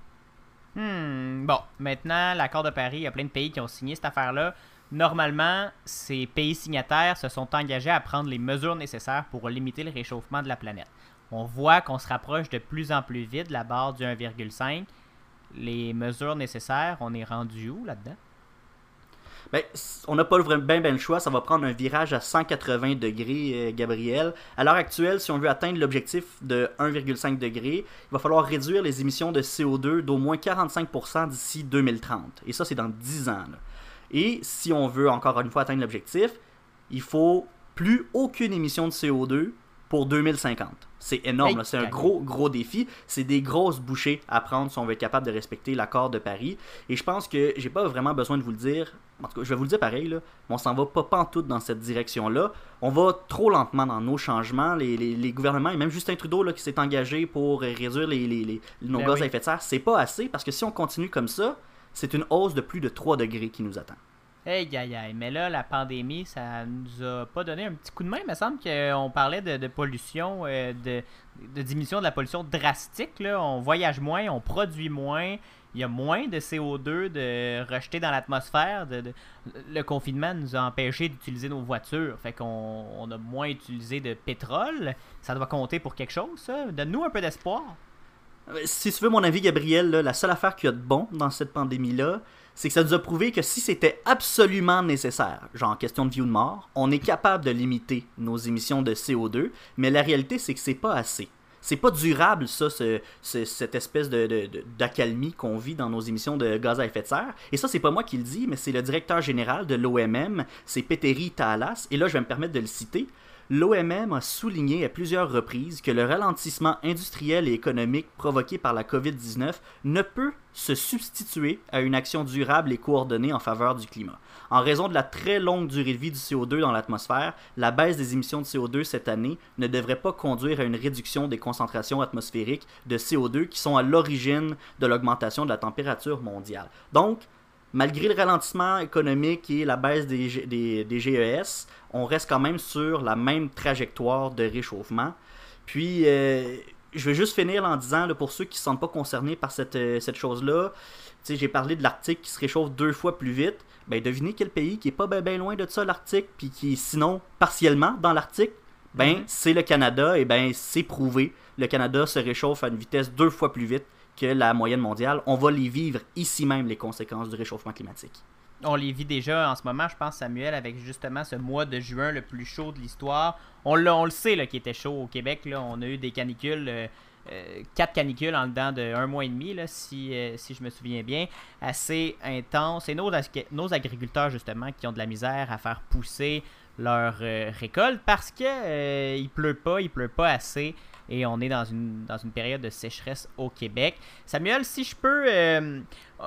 Hmm, bon, maintenant, l'accord de Paris, il y a plein de pays qui ont signé cette affaire-là. Normalement, ces pays signataires se sont engagés à prendre les mesures nécessaires pour limiter le réchauffement de la planète. On voit qu'on se rapproche de plus en plus vite de la barre du un virgule cinq. Les mesures nécessaires, on est rendu où là-dedans? Ben, on n'a pas bien ben le choix, ça va prendre un virage à cent quatre-vingts degrés, euh, Gabriel. À l'heure actuelle, si on veut atteindre l'objectif de un virgule cinq degrés, il va falloir réduire les émissions de C O deux d'au moins quarante-cinq pour cent d'ici deux mille trente. Et ça, c'est dans dix ans. Là. Et si on veut encore une fois atteindre l'objectif, il faut plus aucune émission de C O deux pour deux mille cinquante. C'est énorme, là. C'est un gros, gros défi. C'est des grosses bouchées à prendre si on veut être capable de respecter l'accord de Paris. Et je pense que j'ai pas vraiment besoin de vous le dire. En tout cas, je vais vous le dire pareil, là. On s'en va pas pantoute dans cette direction-là. On va trop lentement dans nos changements. Les, les, les gouvernements, et même Justin Trudeau là, qui s'est engagé pour réduire les, les, les, nos ben gaz oui. à effet de serre, c'est pas assez parce que si on continue comme ça, c'est une hausse de plus de trois degrés qui nous attend. Hey, aïe, aïe, mais là, la pandémie, ça nous a pas donné un petit coup de main. Il me semble qu'on parlait de, de pollution, euh, de, de diminution de la pollution drastique. Là. On voyage moins, on produit moins, il y a moins de C O deux de rejeté dans l'atmosphère. De, de... Le confinement nous a empêché d'utiliser nos voitures. Fait qu'on on a moins utilisé de pétrole. Ça doit compter pour quelque chose, ça. Donne-nous un peu d'espoir. Si tu veux mon avis, Gabriel, là, la seule affaire qu'il y a de bon dans cette pandémie-là, c'est que ça nous a prouvé que si c'était absolument nécessaire, genre en question de vie ou de mort, on est capable de limiter nos émissions de C O deux, mais la réalité, c'est que c'est pas assez. C'est pas durable, ça, ce, ce, cette espèce de, de, de, d'accalmie qu'on vit dans nos émissions de gaz à effet de serre. Et ça, c'est pas moi qui le dis, mais c'est le directeur général de l'O M M, c'est Petteri Taalas, et là, je vais me permettre de le citer. L'O M M a souligné à plusieurs reprises que le ralentissement industriel et économique provoqué par la covid dix-neuf ne peut se substituer à une action durable et coordonnée en faveur du climat. En raison de la très longue durée de vie du C O deux dans l'atmosphère, la baisse des émissions de C O deux cette année ne devrait pas conduire à une réduction des concentrations atmosphériques de C O deux qui sont à l'origine de l'augmentation de la température mondiale. Donc, malgré le ralentissement économique et la baisse des, G, des, des G E S, on reste quand même sur la même trajectoire de réchauffement. Puis, euh, je vais juste finir en disant, là, pour ceux qui ne se sentent pas concernés par cette, euh, cette chose-là, j'ai parlé de l'Arctique qui se réchauffe deux fois plus vite. Ben, devinez quel pays qui n'est pas bien ben loin de ça, l'Arctique, puis qui est sinon partiellement dans l'Arctique, ben, mm-hmm. c'est le Canada, et ben, c'est prouvé. Le Canada se réchauffe à une vitesse deux fois plus vite que la moyenne mondiale. On va les vivre ici même, les conséquences du réchauffement climatique. On les vit déjà en ce moment, je pense, Samuel, avec justement ce mois de juin le plus chaud de l'histoire. On, l'a, on le sait là, qu'il était chaud au Québec. Là. On a eu des canicules euh, euh, quatre canicules en dedans de un mois et demi, là, si, euh, si je me souviens bien, assez intense. Et nos, nos agriculteurs, justement, qui ont de la misère à faire pousser leur euh, récolte parce que euh, il pleut pas, il pleut pas assez et on est dans une, dans une période de sécheresse au Québec. Samuel, si je peux, euh,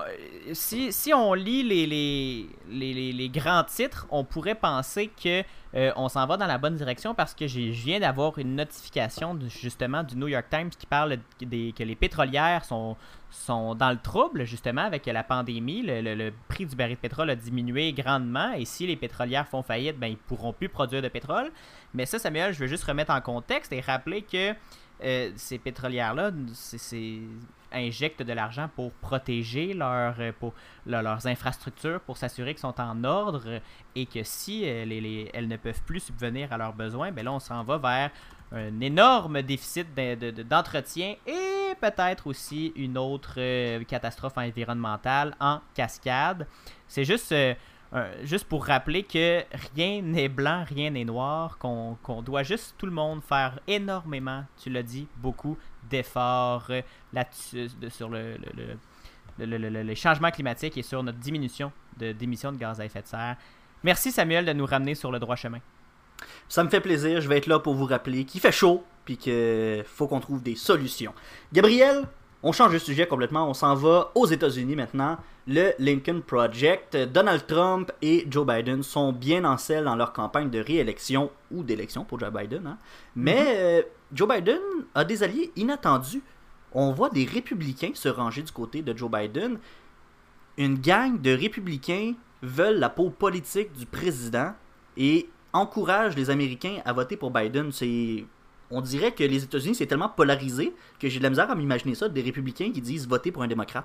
si, si on lit les, les, les, les, les grands titres, on pourrait penser que euh, on s'en va dans la bonne direction parce que j'ai, je viens d'avoir une notification de, justement du New York Times qui parle des, que les pétrolières sont, sont dans le trouble justement avec la pandémie. Le, le, le prix du baril de pétrole a diminué grandement et si les pétrolières font faillite, ben, ils ne pourront plus produire de pétrole. Mais ça, Samuel, je veux juste remettre en contexte et rappeler que euh, ces pétrolières-là c'est, c'est, injectent de l'argent pour protéger leur, pour, leur, leurs infrastructures, pour s'assurer qu'ils sont en ordre et que si euh, les, les, elles ne peuvent plus subvenir à leurs besoins, ben là, on s'en va vers un énorme déficit de, de, de, d'entretien et peut-être aussi une autre euh, catastrophe environnementale en cascade. C'est juste... Euh, Euh, juste pour rappeler que rien n'est blanc, rien n'est noir, qu'on, qu'on doit juste tout le monde faire énormément, tu l'as dit, beaucoup d'efforts euh, là-dessus, de, sur le, le, le, le, le, le, le changement climatique et sur notre diminution de, d'émissions de gaz à effet de serre. Merci Samuel de nous ramener sur le droit chemin. Ça me fait plaisir, je vais être là pour vous rappeler qu'il fait chaud puis qu'il faut qu'on trouve des solutions. Gabriel, on change de sujet complètement, on s'en va aux États-Unis maintenant. Le Lincoln Project, Donald Trump et Joe Biden sont bien en selle dans leur campagne de réélection ou d'élection pour Joe Biden. Hein? Mais mm-hmm. euh, Joe Biden a des alliés inattendus. On voit des républicains se ranger du côté de Joe Biden. Une gang de républicains veulent la peau politique du président et encouragent les Américains à voter pour Biden. C'est... On dirait que les États-Unis, c'est tellement polarisé que j'ai de la misère à m'imaginer ça, des républicains qui disent voter pour un démocrate.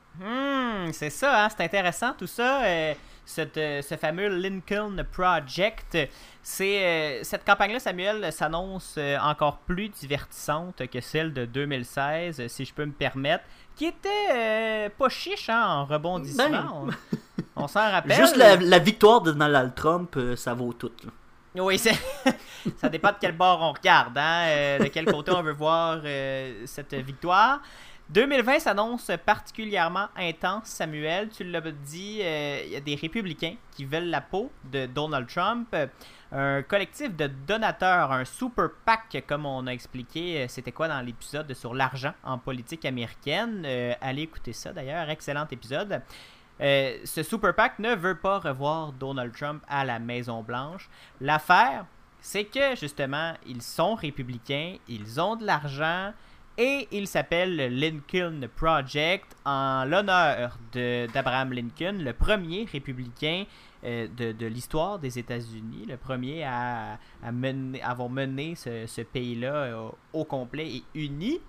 Hmm, c'est ça, hein? C'est intéressant tout ça. Euh, cette, euh, ce fameux Lincoln Project. C'est, euh, cette campagne-là, Samuel, s'annonce euh, encore plus divertissante que celle de deux mille seize, si je peux me permettre, qui était euh, pas chiche hein, en rebondissement. Ben... On, on s'en rappelle. Juste la, la victoire de Donald Trump, euh, ça vaut tout. Là. Oui, c'est... ça dépend de quel bord on regarde, hein? euh, de quel côté on veut voir euh, cette victoire. deux mille vingt s'annonce particulièrement intense, Samuel. Tu l'as dit, il euh, y a des républicains qui veulent la peau de Donald Trump. Un collectif de donateurs, un super PAC, comme on a expliqué, c'était quoi dans l'épisode sur l'argent en politique américaine. Euh, allez écouter ça d'ailleurs, excellent épisode. Euh, ce super PAC ne veut pas revoir Donald Trump à la Maison-Blanche. L'affaire, c'est que justement, ils sont républicains, ils ont de l'argent et ils s'appellent le Lincoln Project en l'honneur de, d'Abraham Lincoln, le premier républicain euh, de, de l'histoire des États-Unis, le premier à, à mener, avoir mené ce, ce pays-là au, au complet et uni.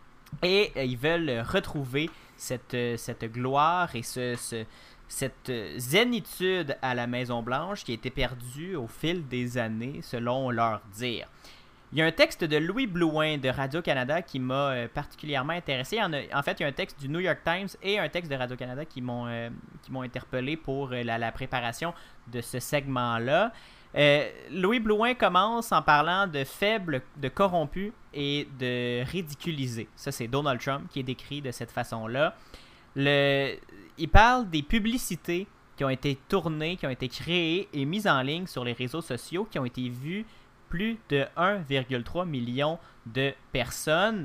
Et euh, ils veulent retrouver cette, cette gloire et ce, ce, cette zénitude à la Maison-Blanche qui a été perdue au fil des années, selon leur dire. Il y a un texte de Louis Blouin de Radio-Canada qui m'a euh, particulièrement intéressé. En, a, en fait, il y a un texte du New York Times et un texte de Radio-Canada qui m'ont, euh, qui m'ont interpellé pour euh, la, la préparation de ce segment-là. Euh, Louis Blouin commence en parlant de faibles, de corrompus et de ridiculisés. Ça, c'est Donald Trump qui est décrit de cette façon-là. Le, il parle des publicités qui ont été tournées, qui ont été créées et mises en ligne sur les réseaux sociaux, qui ont été vues plus de un virgule trois million de personnes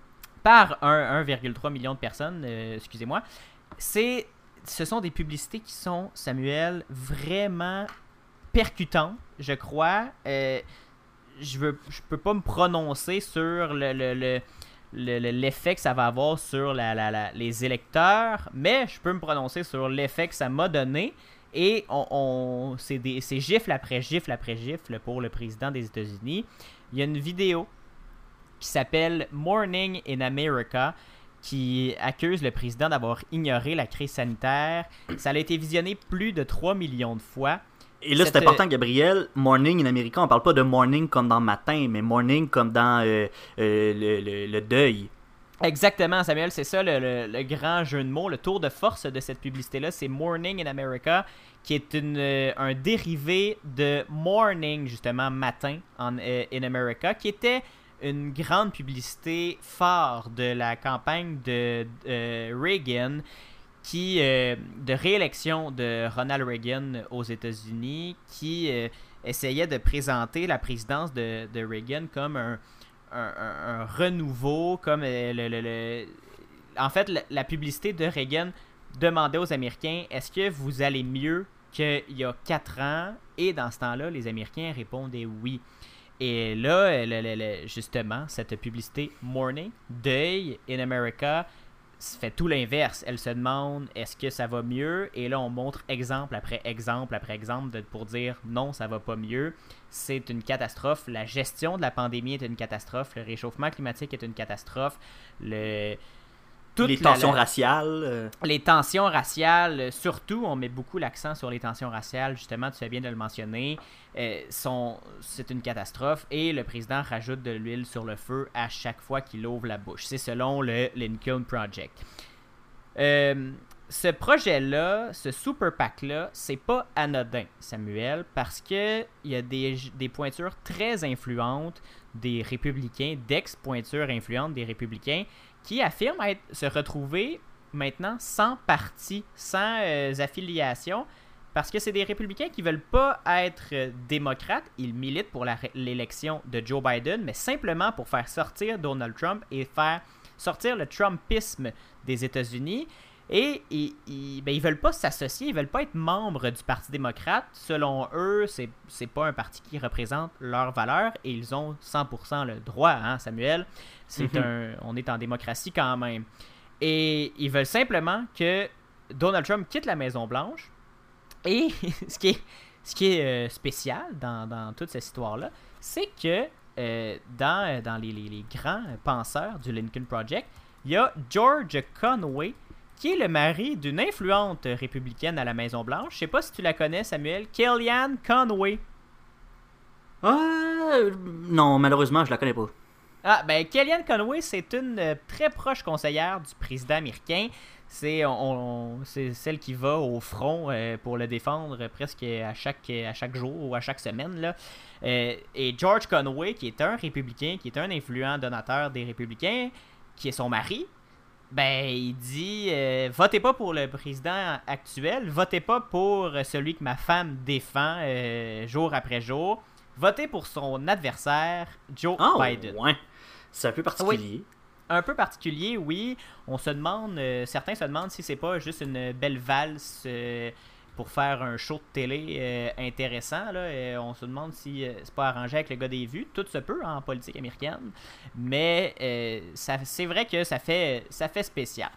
par un virgule trois million de personnes, euh, excusez-moi. C'est, ce sont des publicités qui sont, Samuel, vraiment percutantes, je crois. Euh, je veux, je peux pas me prononcer sur le, le, le, le, le l'effet que ça va avoir sur la, la, la, les électeurs, mais je peux me prononcer sur l'effet que ça m'a donné. Et on, on, c'est, des, c'est gifle après gifle après gifle pour le président des États-Unis. Il y a une vidéo qui s'appelle Morning in America qui accuse le président d'avoir ignoré la crise sanitaire. Ça a été visionné plus de trois millions de fois. Et là, Cette... c'est important, Gabriel. Morning in America, on parle pas de morning comme dans matin, mais morning comme dans euh, euh, le, le, le deuil. Exactement, Samuel, c'est ça le, le, le grand jeu de mots. Le tour de force de cette publicité-là, c'est Morning in America, qui est une, euh, un dérivé de Morning, justement, matin, en, euh, in America, qui était une grande publicité phare de la campagne de euh, Reagan, qui euh, de réélection de Ronald Reagan aux États-Unis, qui euh, essayait de présenter la présidence de, de Reagan comme un, un, un, un renouveau, comme euh, le, le, le... En fait, la, la publicité de Reagan demandait aux Américains « Est-ce que vous allez mieux qu'il y a quatre ans? » Et dans ce temps-là, les Américains répondaient oui. Et là, le, le, le, justement, cette publicité Morning, Day in America, fait tout l'inverse. Elle se demande est-ce que ça va mieux? Et là, on montre exemple après exemple après exemple de, pour dire non, ça va pas mieux. C'est une catastrophe. La gestion de la pandémie est une catastrophe. Le réchauffement climatique est une catastrophe. Le... Toute les tensions la, la, raciales. Euh... Les tensions raciales, surtout, on met beaucoup l'accent sur les tensions raciales, justement, tu fais bien de le mentionner, euh, sont, c'est une catastrophe et le président rajoute de l'huile sur le feu à chaque fois qu'il ouvre la bouche. C'est selon le Lincoln Project. Euh, ce projet-là, ce Super PAC-là, c'est pas anodin, Samuel, parce qu'il y a des, des pointures très influentes des républicains, d'ex-pointures influentes des républicains, qui affirment être, se retrouver maintenant sans parti, sans euh, affiliation, parce que c'est des républicains qui ne veulent pas être euh, démocrates. Ils militent pour la, l'élection de Joe Biden, mais simplement pour faire sortir Donald Trump et faire sortir le Trumpisme des États-Unis. Et ils ne ben, veulent pas s'associer, ils ne veulent pas être membres du Parti démocrate. Selon eux, c'est, c'est pas un parti qui représente leurs valeurs et ils ont cent pour cent le droit, hein, Samuel? C'est mm-hmm. un, on est en démocratie quand même. Et ils veulent simplement que Donald Trump quitte la Maison-Blanche. Et ce qui est, ce qui est euh, spécial dans, dans toute cette histoire-là, c'est que euh, dans, dans les, les, les grands penseurs du Lincoln Project, il y a George Conway, qui est le mari d'une influente républicaine à la Maison-Blanche. Je sais pas si tu la connais, Samuel. Kellyanne Conway. Euh, non, malheureusement, je la connais pas. Ah, ben, Kellyanne Conway, c'est une euh, très proche conseillère du président américain. C'est, on, on, c'est celle qui va au front euh, pour le défendre presque à chaque, à chaque jour ou à chaque semaine, là. Euh, et George Conway, qui est un républicain, qui est un influent donateur des républicains, qui est son mari, ben, il dit euh, votez pas pour le président actuel, votez pas pour celui que ma femme défend euh, jour après jour, votez pour son adversaire, Joe oh, Biden. Ouais. C'est un peu particulier. Oui. Un peu particulier, oui. On se demande, euh, certains se demandent si c'est pas juste une belle valse euh, pour faire un show de télé euh, intéressant. Là. Euh, on se demande si euh, c'est pas arrangé avec le gars des vues. Tout se peut en politique américaine. Mais euh, ça, c'est vrai que ça fait, ça fait spécial.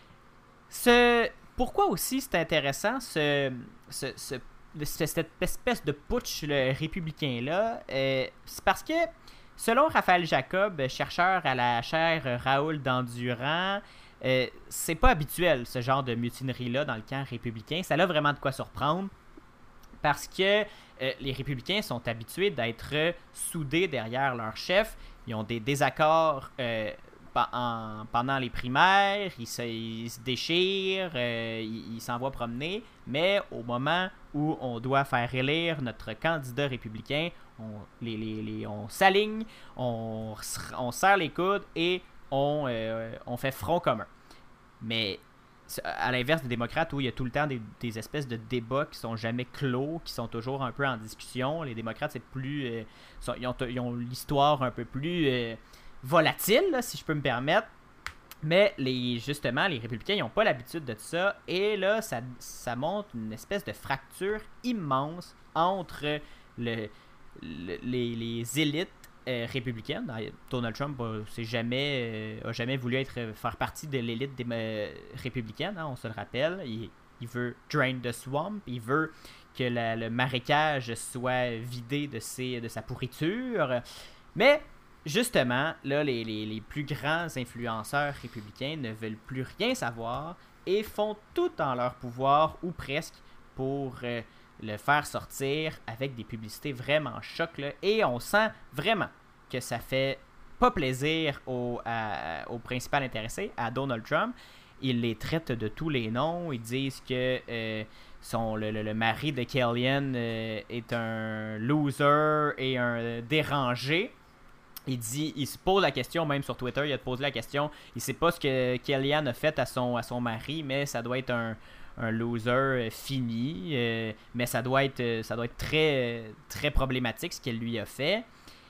Ce, pourquoi aussi c'est intéressant ce, ce, ce, cette espèce de putsch le républicain-là? Euh, c'est parce que selon Raphaël Jacob, chercheur à la chaire Raoul d'Endurant, euh, c'est pas habituel ce genre de mutinerie-là dans le camp républicain. Ça a vraiment de quoi surprendre parce que euh, les républicains sont habitués d'être soudés derrière leur chef. Ils ont des désaccords euh, en, pendant les primaires, ils se, ils se déchirent, euh, ils, ils s'envoient promener, mais au moment où on doit faire élire notre candidat républicain, on, les, les, les, on s'aligne, on, on serre les coudes et on, euh, on fait front commun. Mais à l'inverse des démocrates où il y a tout le temps des, des espèces de débats qui sont jamais clos, qui sont toujours un peu en discussion, les démocrates, c'est plus euh, sont, ils, ont, ils ont l'histoire un peu plus euh, volatile, là, si je peux me permettre. Mais les, justement, les républicains, ils n'ont pas l'habitude de ça. Et là, ça, ça montre une espèce de fracture immense entre le, le, les, les élites euh, républicaine. Donald Trump euh, c'est jamais, euh, a jamais voulu être, faire partie de l'élite des, euh, républicaine, hein, on se le rappelle. Il, il veut drain the swamp, il veut que la, le marécage soit vidé de, ses, de sa pourriture. Mais justement, là, les, les, les plus grands influenceurs républicains ne veulent plus rien savoir et font tout en leur pouvoir, ou presque, pour euh, le faire sortir avec des publicités vraiment chocs. Là, et on sent vraiment que ça fait pas plaisir au, à, au principal intéressé, à Donald Trump. Ils les traitent de tous les noms. Ils disent que euh, son, le, le, le mari de Kellyanne euh, est un loser et un dérangé. Il dit, il se pose la question, même sur Twitter, il a posé la question, il sait pas ce que Kellyanne a fait à son, à son mari, mais ça doit être un, un loser fini, euh, mais ça doit être, ça doit être très, très problématique ce qu'elle lui a fait.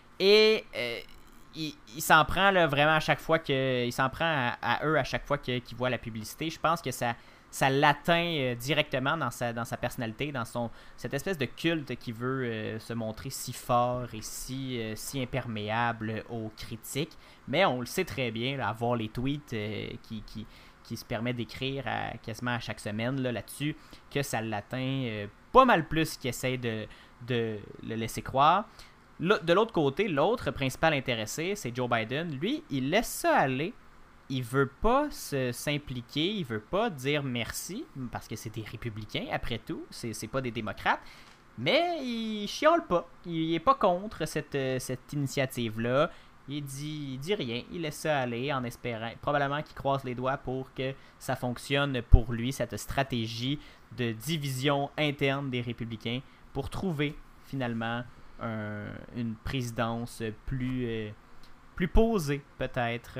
Et euh, il, il s'en prend là, vraiment à chaque fois que, il s'en prend à, à eux à chaque fois que, qu'ils voient la publicité. Je pense que ça, ça l'atteint euh, directement dans sa, dans sa personnalité, dans son, cette espèce de culte qui veut euh, se montrer si fort et si, euh, si imperméable aux critiques. Mais on le sait très bien, là, à voir les tweets euh, qui, qui, qui se permet d'écrire à, quasiment à chaque semaine là, là-dessus, que ça l'atteint euh, pas mal plus qu'il essaie de, de le laisser croire. De l'autre côté, l'autre principal intéressé, c'est Joe Biden. Lui, il laisse ça aller. Il veut pas se, s'impliquer, il veut pas dire merci, parce que c'est des républicains, après tout, c'est, c'est pas des démocrates, mais il chiale pas, il est pas contre cette, cette initiative-là, il dit, il dit rien, il laisse ça aller en espérant, probablement qu'il croise les doigts pour que ça fonctionne pour lui, cette stratégie de division interne des républicains, pour trouver finalement un, une présidence plus, euh, plus posée peut-être.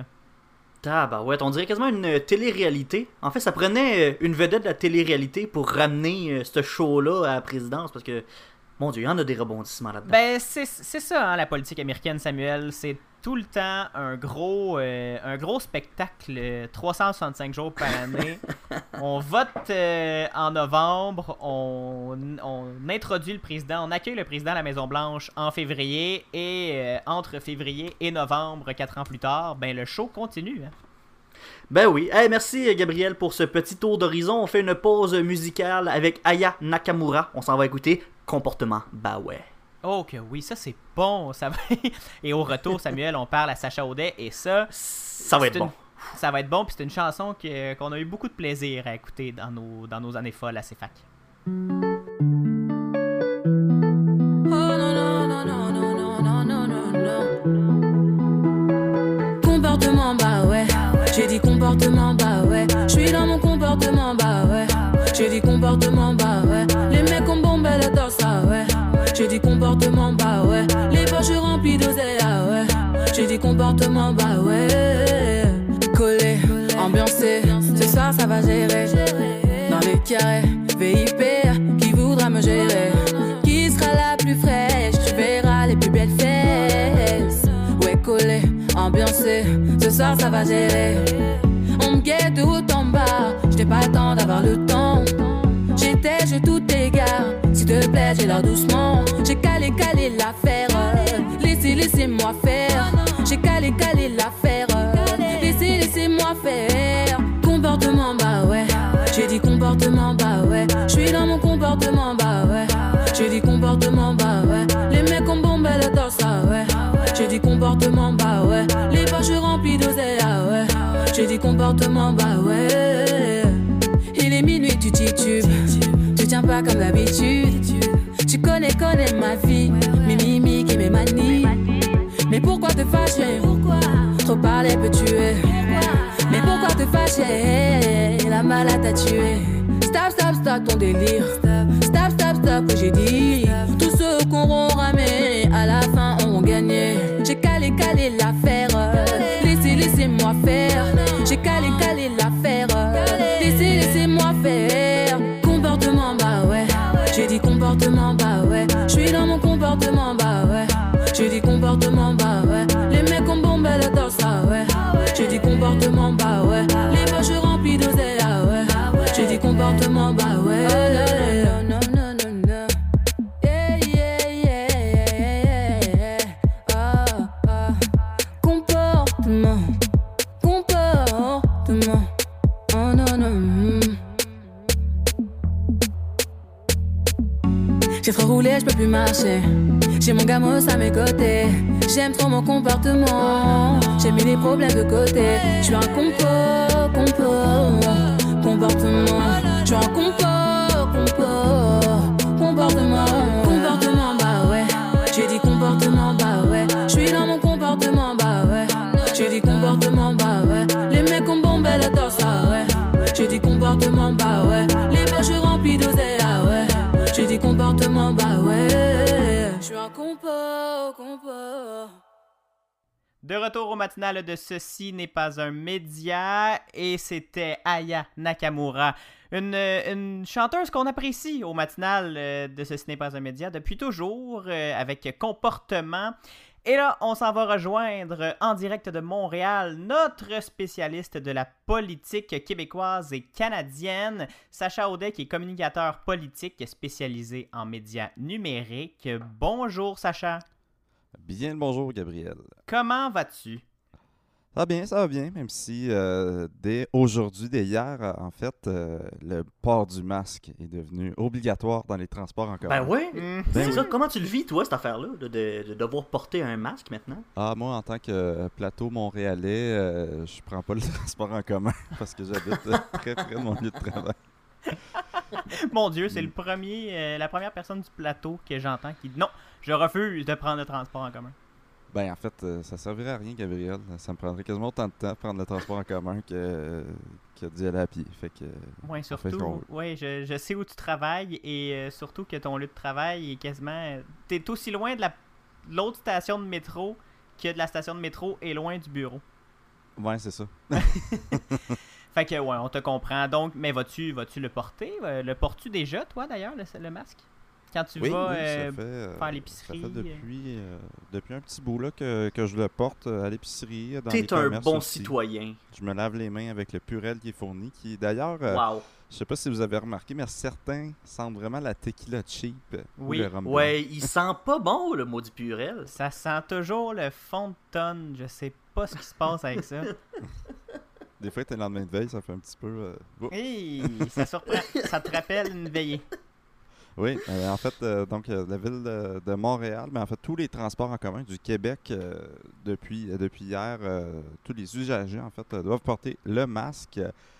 Ah, bah ouais, on dirait quasiment une télé-réalité. En fait, ça prenait une vedette de la télé-réalité pour ramener ce show-là à la présidence, parce que, mon Dieu, il y en a des rebondissements là-dedans. Ben, c'est, c'est ça, hein, la politique américaine, Samuel. C'est tout le temps un gros, euh, un gros spectacle, trois cent soixante-cinq jours par année. On vote euh, en novembre, on, on introduit le président, on accueille le président à la Maison-Blanche en février, et euh, entre février et novembre, quatre ans plus tard, ben le show continue. Hein. Ben oui. Hey, merci Gabriel pour ce petit tour d'horizon. On fait une pause musicale avec Aya Nakamura. On s'en va écouter Comportement. Bah ouais. Oh que oui, ça c'est bon. Ça va... Et au retour, Samuel, on parle à Sacha Audet, et ça... Ça va être une... bon. Ça va être bon, puis c'est une chanson que, qu'on a eu beaucoup de plaisir à écouter dans nos, dans nos années folles à C F A C. Oh non, non, non, non, non, non, non, non, non. Comportement, bah ouais. J'ai dit comportement, bah ouais. J'suis dans mon comportement, bah ouais. J'ai dit comportement, bah ouais. Les mecs ont bombé le torse, ah ouais. J'ai dit comportement, bah ouais. Les poches remplies d'oseille, ah ouais. J'ai dit comportement, bah ouais. Collé, ambiancé, ce soir ça va gérer. Dans les carrés, V I P, qui voudra me gérer? Qui sera la plus fraîche? Tu verras les plus belles fesses. Ouais, collé, ambiancé, ce soir ça va gérer. On me guette de haut en bas, j'n'ai pas le temps d'avoir le temps. J'étais, je tout égare, s'il te plaît, j'ai l'air doucement. J'ai calé, calé l'affaire, laissez, laissez-moi faire. J'ai calé, calé l'affaire, laissez, laissez-moi faire. Comportement, bah ouais. J'ai dit comportement, bah ouais. J'suis dans mon comportement, bah ouais. J'ai dit comportement, bah ouais. Les mecs ont bombé le torse, ah ouais. J'ai dit comportement, bah ouais. Les poches remplies d'oseille, ah ouais. J'ai dit comportement, bah ouais. Il est minuit, tu titubes. Tu tiens pas comme d'habitude. Tu connais, connais ma vie. Mes mimiques et mes manies. Mais pourquoi te fâcher? Trop parler peut tuer. Mais pourquoi te fâcher? La malade t'a tué. Stop, stop, stop ton délire. Stop, stop, stop, que j'ai dit. Tous ceux qu'on aura ramé, à la fin auront gagné. J'ai calé, calé l'affaire. Laissez, laissez-moi faire. J'ai calé, calé l'affaire. Laissez, laissez-moi faire. Comportement, bah ouais. J'ai dit comportement, bah ouais. J'suis dans mon comportement, bah ouais. J'ai dit comportement, bah ouais. Les mecs ont bombé le torse, ah ouais. J'ai dit comportement, bah ouais. Les poches remplies d'oseille, ah ouais. J'ai dit comportement, bah ouais. Non, non, non, non. Yeah, yeah, yeah, yeah. Ah, ah. Comportement. Comportement. Oh non, non. J'ai trop roulé, je peux plus marcher. J'ai mon gamos à mes côtés. J'aime trop mon comportement. J'ai mis les problèmes de côté. Je suis un compo, compo, comportement. Je suis un compo, compo, comportement. Comportement, bah ouais. J'ai dit comportement, bah ouais. Je suis dans mon comportement, bah ouais. J'ai dit comportement, bah ouais. Les mecs ont bombé le torse, ah ouais. J'ai dit comportement, bah ouais. Les poches remplies d'oseille, ah ouais. J'ai dit comportement, bah ouais. Je suis un compo, compo. De retour au matinal de Ceci n'est pas un média et c'était Aya Nakamura, une, une chanteuse qu'on apprécie au matinal de Ceci n'est pas un média depuis toujours avec Comportement. Et là, on s'en va rejoindre en direct de Montréal notre spécialiste de la politique québécoise et canadienne, Sacha Audet, qui est communicateur politique spécialisé en médias numériques. Bonjour Sacha. Bien le bonjour, Gabriel. Comment vas-tu? Ça va bien, ça va bien, même si euh, dès aujourd'hui, dès hier, en fait, euh, le port du masque est devenu obligatoire dans les transports en commun. Ben oui, Mmh. c'est Ben ça. oui. Comment tu le vis, toi, cette affaire-là, de, de, de devoir porter un masque maintenant? Ah, moi, en tant que euh, plateau montréalais, euh, je prends pas le transport en commun parce que j'habite euh, très près de mon lieu de travail. Mon Dieu, c'est le premier, euh, la première personne du plateau que j'entends qui dit non, je refuse de prendre le transport en commun. Ben, en fait, euh, ça servirait à rien, Gabriel. Ça me prendrait quasiment autant de temps de prendre le transport en commun que, euh, que d'y aller à pied. Fait que, Oui, on fait ce qu'on surtout, veut. ouais, je, je sais où tu travailles et euh, surtout que ton lieu de travail est quasiment. T'es aussi loin de la de l'autre station de métro que de la station de métro est loin du bureau. Ouais, c'est ça. Fait que, ouais, on te comprend. Donc, mais vas-tu vas-tu le porter? Euh, Le portes-tu déjà, toi, d'ailleurs, le, le masque? Quand tu Oui, vas oui, euh, ça fait, euh, faire l'épicerie, Ça fait euh. depuis, euh, depuis un petit bout là, que, que je le porte euh, à l'épicerie, dans les T'es un commerces bon aussi. citoyen. Je me lave les mains avec le Purel qui est fourni, qui d'ailleurs, euh, Wow. je sais pas si vous avez remarqué, mais certains sentent vraiment la tequila cheap ou Oui. le rhum blanc. Ouais, il sent pas bon, le maudit Purel. Ça sent toujours le fond de tonne. Je sais pas ce qui se passe avec ça. Des fois, t'es le lendemain de veille, ça fait un petit peu... euh, oups. Hey, ça surprend. Ça te rappelle une veillée. Oui, euh, en fait, euh, donc euh, la ville de, de Montréal, mais en fait tous les transports en commun du Québec euh, depuis, euh, depuis hier, euh, tous les usagers en fait euh, doivent porter le masque.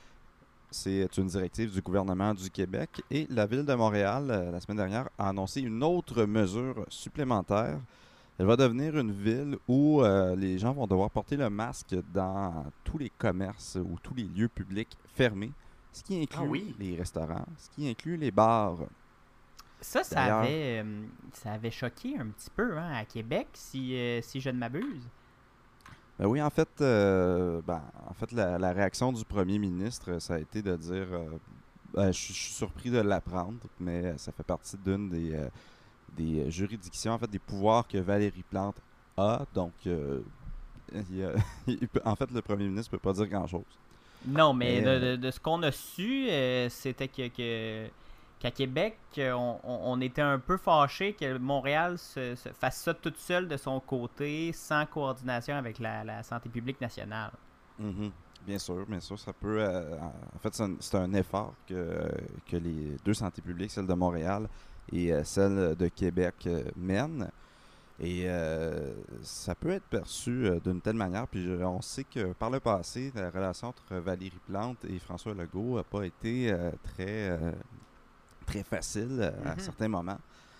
C'est une directive du gouvernement du Québec et la ville de Montréal, euh, la semaine dernière, a annoncé une autre mesure supplémentaire. Elle va devenir une ville où euh, les gens vont devoir porter le masque dans tous les commerces ou tous les lieux publics fermés, ce qui inclut Ah oui. les restaurants, ce qui inclut les bars. Ça, ça D'ailleurs- avait, euh, ça avait choqué un petit peu hein, à Québec, si, euh, si je ne m'abuse. Ben oui, en fait, euh, ben, en fait la, la réaction du premier ministre, ça a été de dire euh, ben, je je suis surpris de l'apprendre, mais ça fait partie d'une des, euh, des juridictions, en fait, des pouvoirs que Valérie Plante a. Donc, euh, il y a- il peut- en fait, le premier ministre ne peut pas dire grand-chose. Non, mais Mais, de, euh, de- de ce qu'on a su, euh, c'était que, que- qu'à Québec, euh, on, on- on était un peu fâchés que Montréal se, se fasse ça toute seule de son côté, sans coordination avec la, la santé publique nationale. Mhm. Bien sûr, bien sûr, ça peut... euh, en fait, c'est un, c'est un effort que, que les deux santé publiques, celle de Montréal et euh, celle de Québec, euh, mènent. Et euh, ça peut être perçu euh, d'une telle manière. Puis je- on sait que par le passé, la relation entre Valérie Plante et François Legault n'a pas été euh, très, euh, très facile euh, à Mhm. certains moments.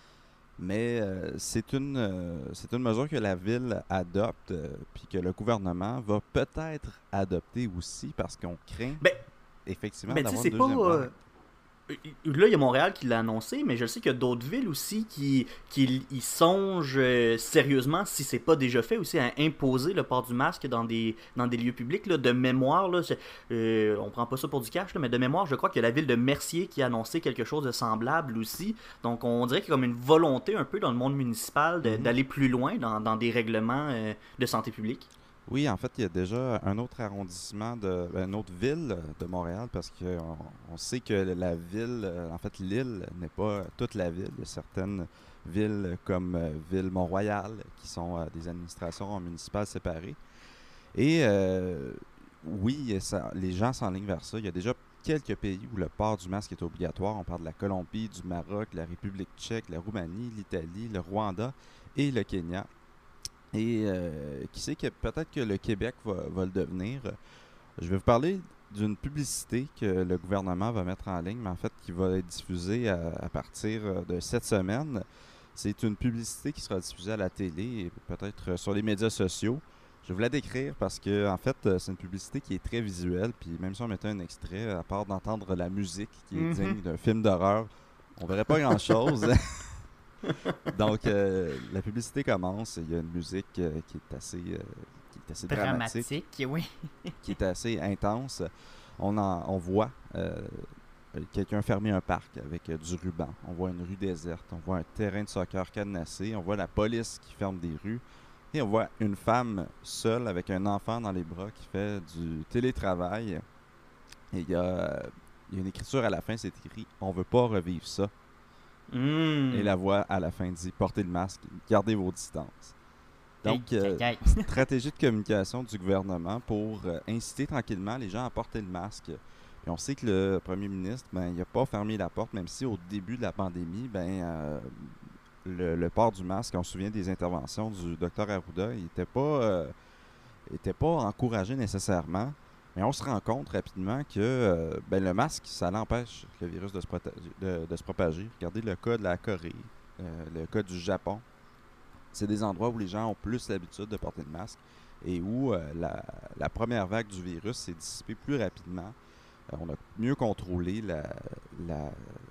Mais euh, c'est une, euh, c'est une mesure que la ville adopte, euh, puis que le gouvernement va peut-être adopter aussi parce qu'on craint Ben, effectivement Mais tu sais, d'avoir c'est une pas. deuxième euh, vague. Là, il y a Montréal qui l'a annoncé, mais je sais qu'il y a d'autres villes aussi qui, qui y songent euh, sérieusement, si c'est pas déjà fait aussi, à imposer le port du masque dans des, dans des lieux publics. Là, de mémoire, là, c'est- euh, on prend pas ça pour du cash, là, mais de mémoire, je crois qu'il y a la ville de Mercier qui a annoncé quelque chose de semblable aussi. Donc, on dirait qu'il y a comme une volonté un peu dans le monde municipal de- Mhm. d'aller plus loin dans, dans des règlements euh, de santé publique. Oui, en fait, il y a déjà un autre arrondissement, de, ben, une autre ville de Montréal, parce qu'on on sait que la ville, euh, en fait, l'île n'est pas toute la ville. Il y a certaines villes comme euh, Ville Mont-Royal qui sont euh, des administrations municipales séparées. Et euh, oui, ça- les gens s'enlignent vers ça. Il y a déjà quelques pays où le port du masque est obligatoire. On parle de la Colombie, du Maroc, la République tchèque, la Roumanie, l'Italie, le Rwanda et le Kenya. Et euh, qui sait que peut-être que le Québec va, va le devenir. Je vais vous parler d'une publicité que le gouvernement va mettre en ligne, mais en fait qui va être diffusée à, à partir de cette semaine. C'est une publicité qui sera diffusée à la télé et peut-être sur les médias sociaux. Je vais vous la décrire parce que en fait c'est une publicité qui est très visuelle, puis même si on mettait un extrait, à part d'entendre la musique qui est Mhm. digne d'un film d'horreur, on verrait pas grand-chose. Donc, euh, la publicité commence. Il y a une musique euh, qui est assez, euh, qui, est assez dramatique, dramatique oui. qui est assez intense. On, en, on voit euh, quelqu'un fermer un parc avec euh, du ruban. On voit une rue déserte. On voit un terrain de soccer cadenassé. On voit la police qui ferme des rues. Et on voit une femme seule avec un enfant dans les bras qui fait du télétravail. Et il y a, il y a une écriture à la fin, c'est écrit « On veut pas revivre ça ». Mm. Et la voix à la fin dit « Portez le masque, gardez vos distances ». Donc, Hey, euh, hey, hey. stratégie de communication du gouvernement pour euh, inciter tranquillement les gens à porter le masque. Puis on sait que le premier ministre, ben, il n'a pas fermé la porte, même si au début de la pandémie, ben, euh, le, le port du masque, on se souvient des interventions du docteur Arruda, il n'était pas, euh, était pas encouragé nécessairement. Mais on se rend compte rapidement que euh, ben, le masque, ça l'empêche le virus de se, de, de se propager. Regardez le cas de la Corée, euh, le cas du Japon. C'est des endroits où les gens ont plus l'habitude de porter le masque et où euh, la, la première vague du virus s'est dissipée plus rapidement. Euh, on a mieux contrôlé la, la,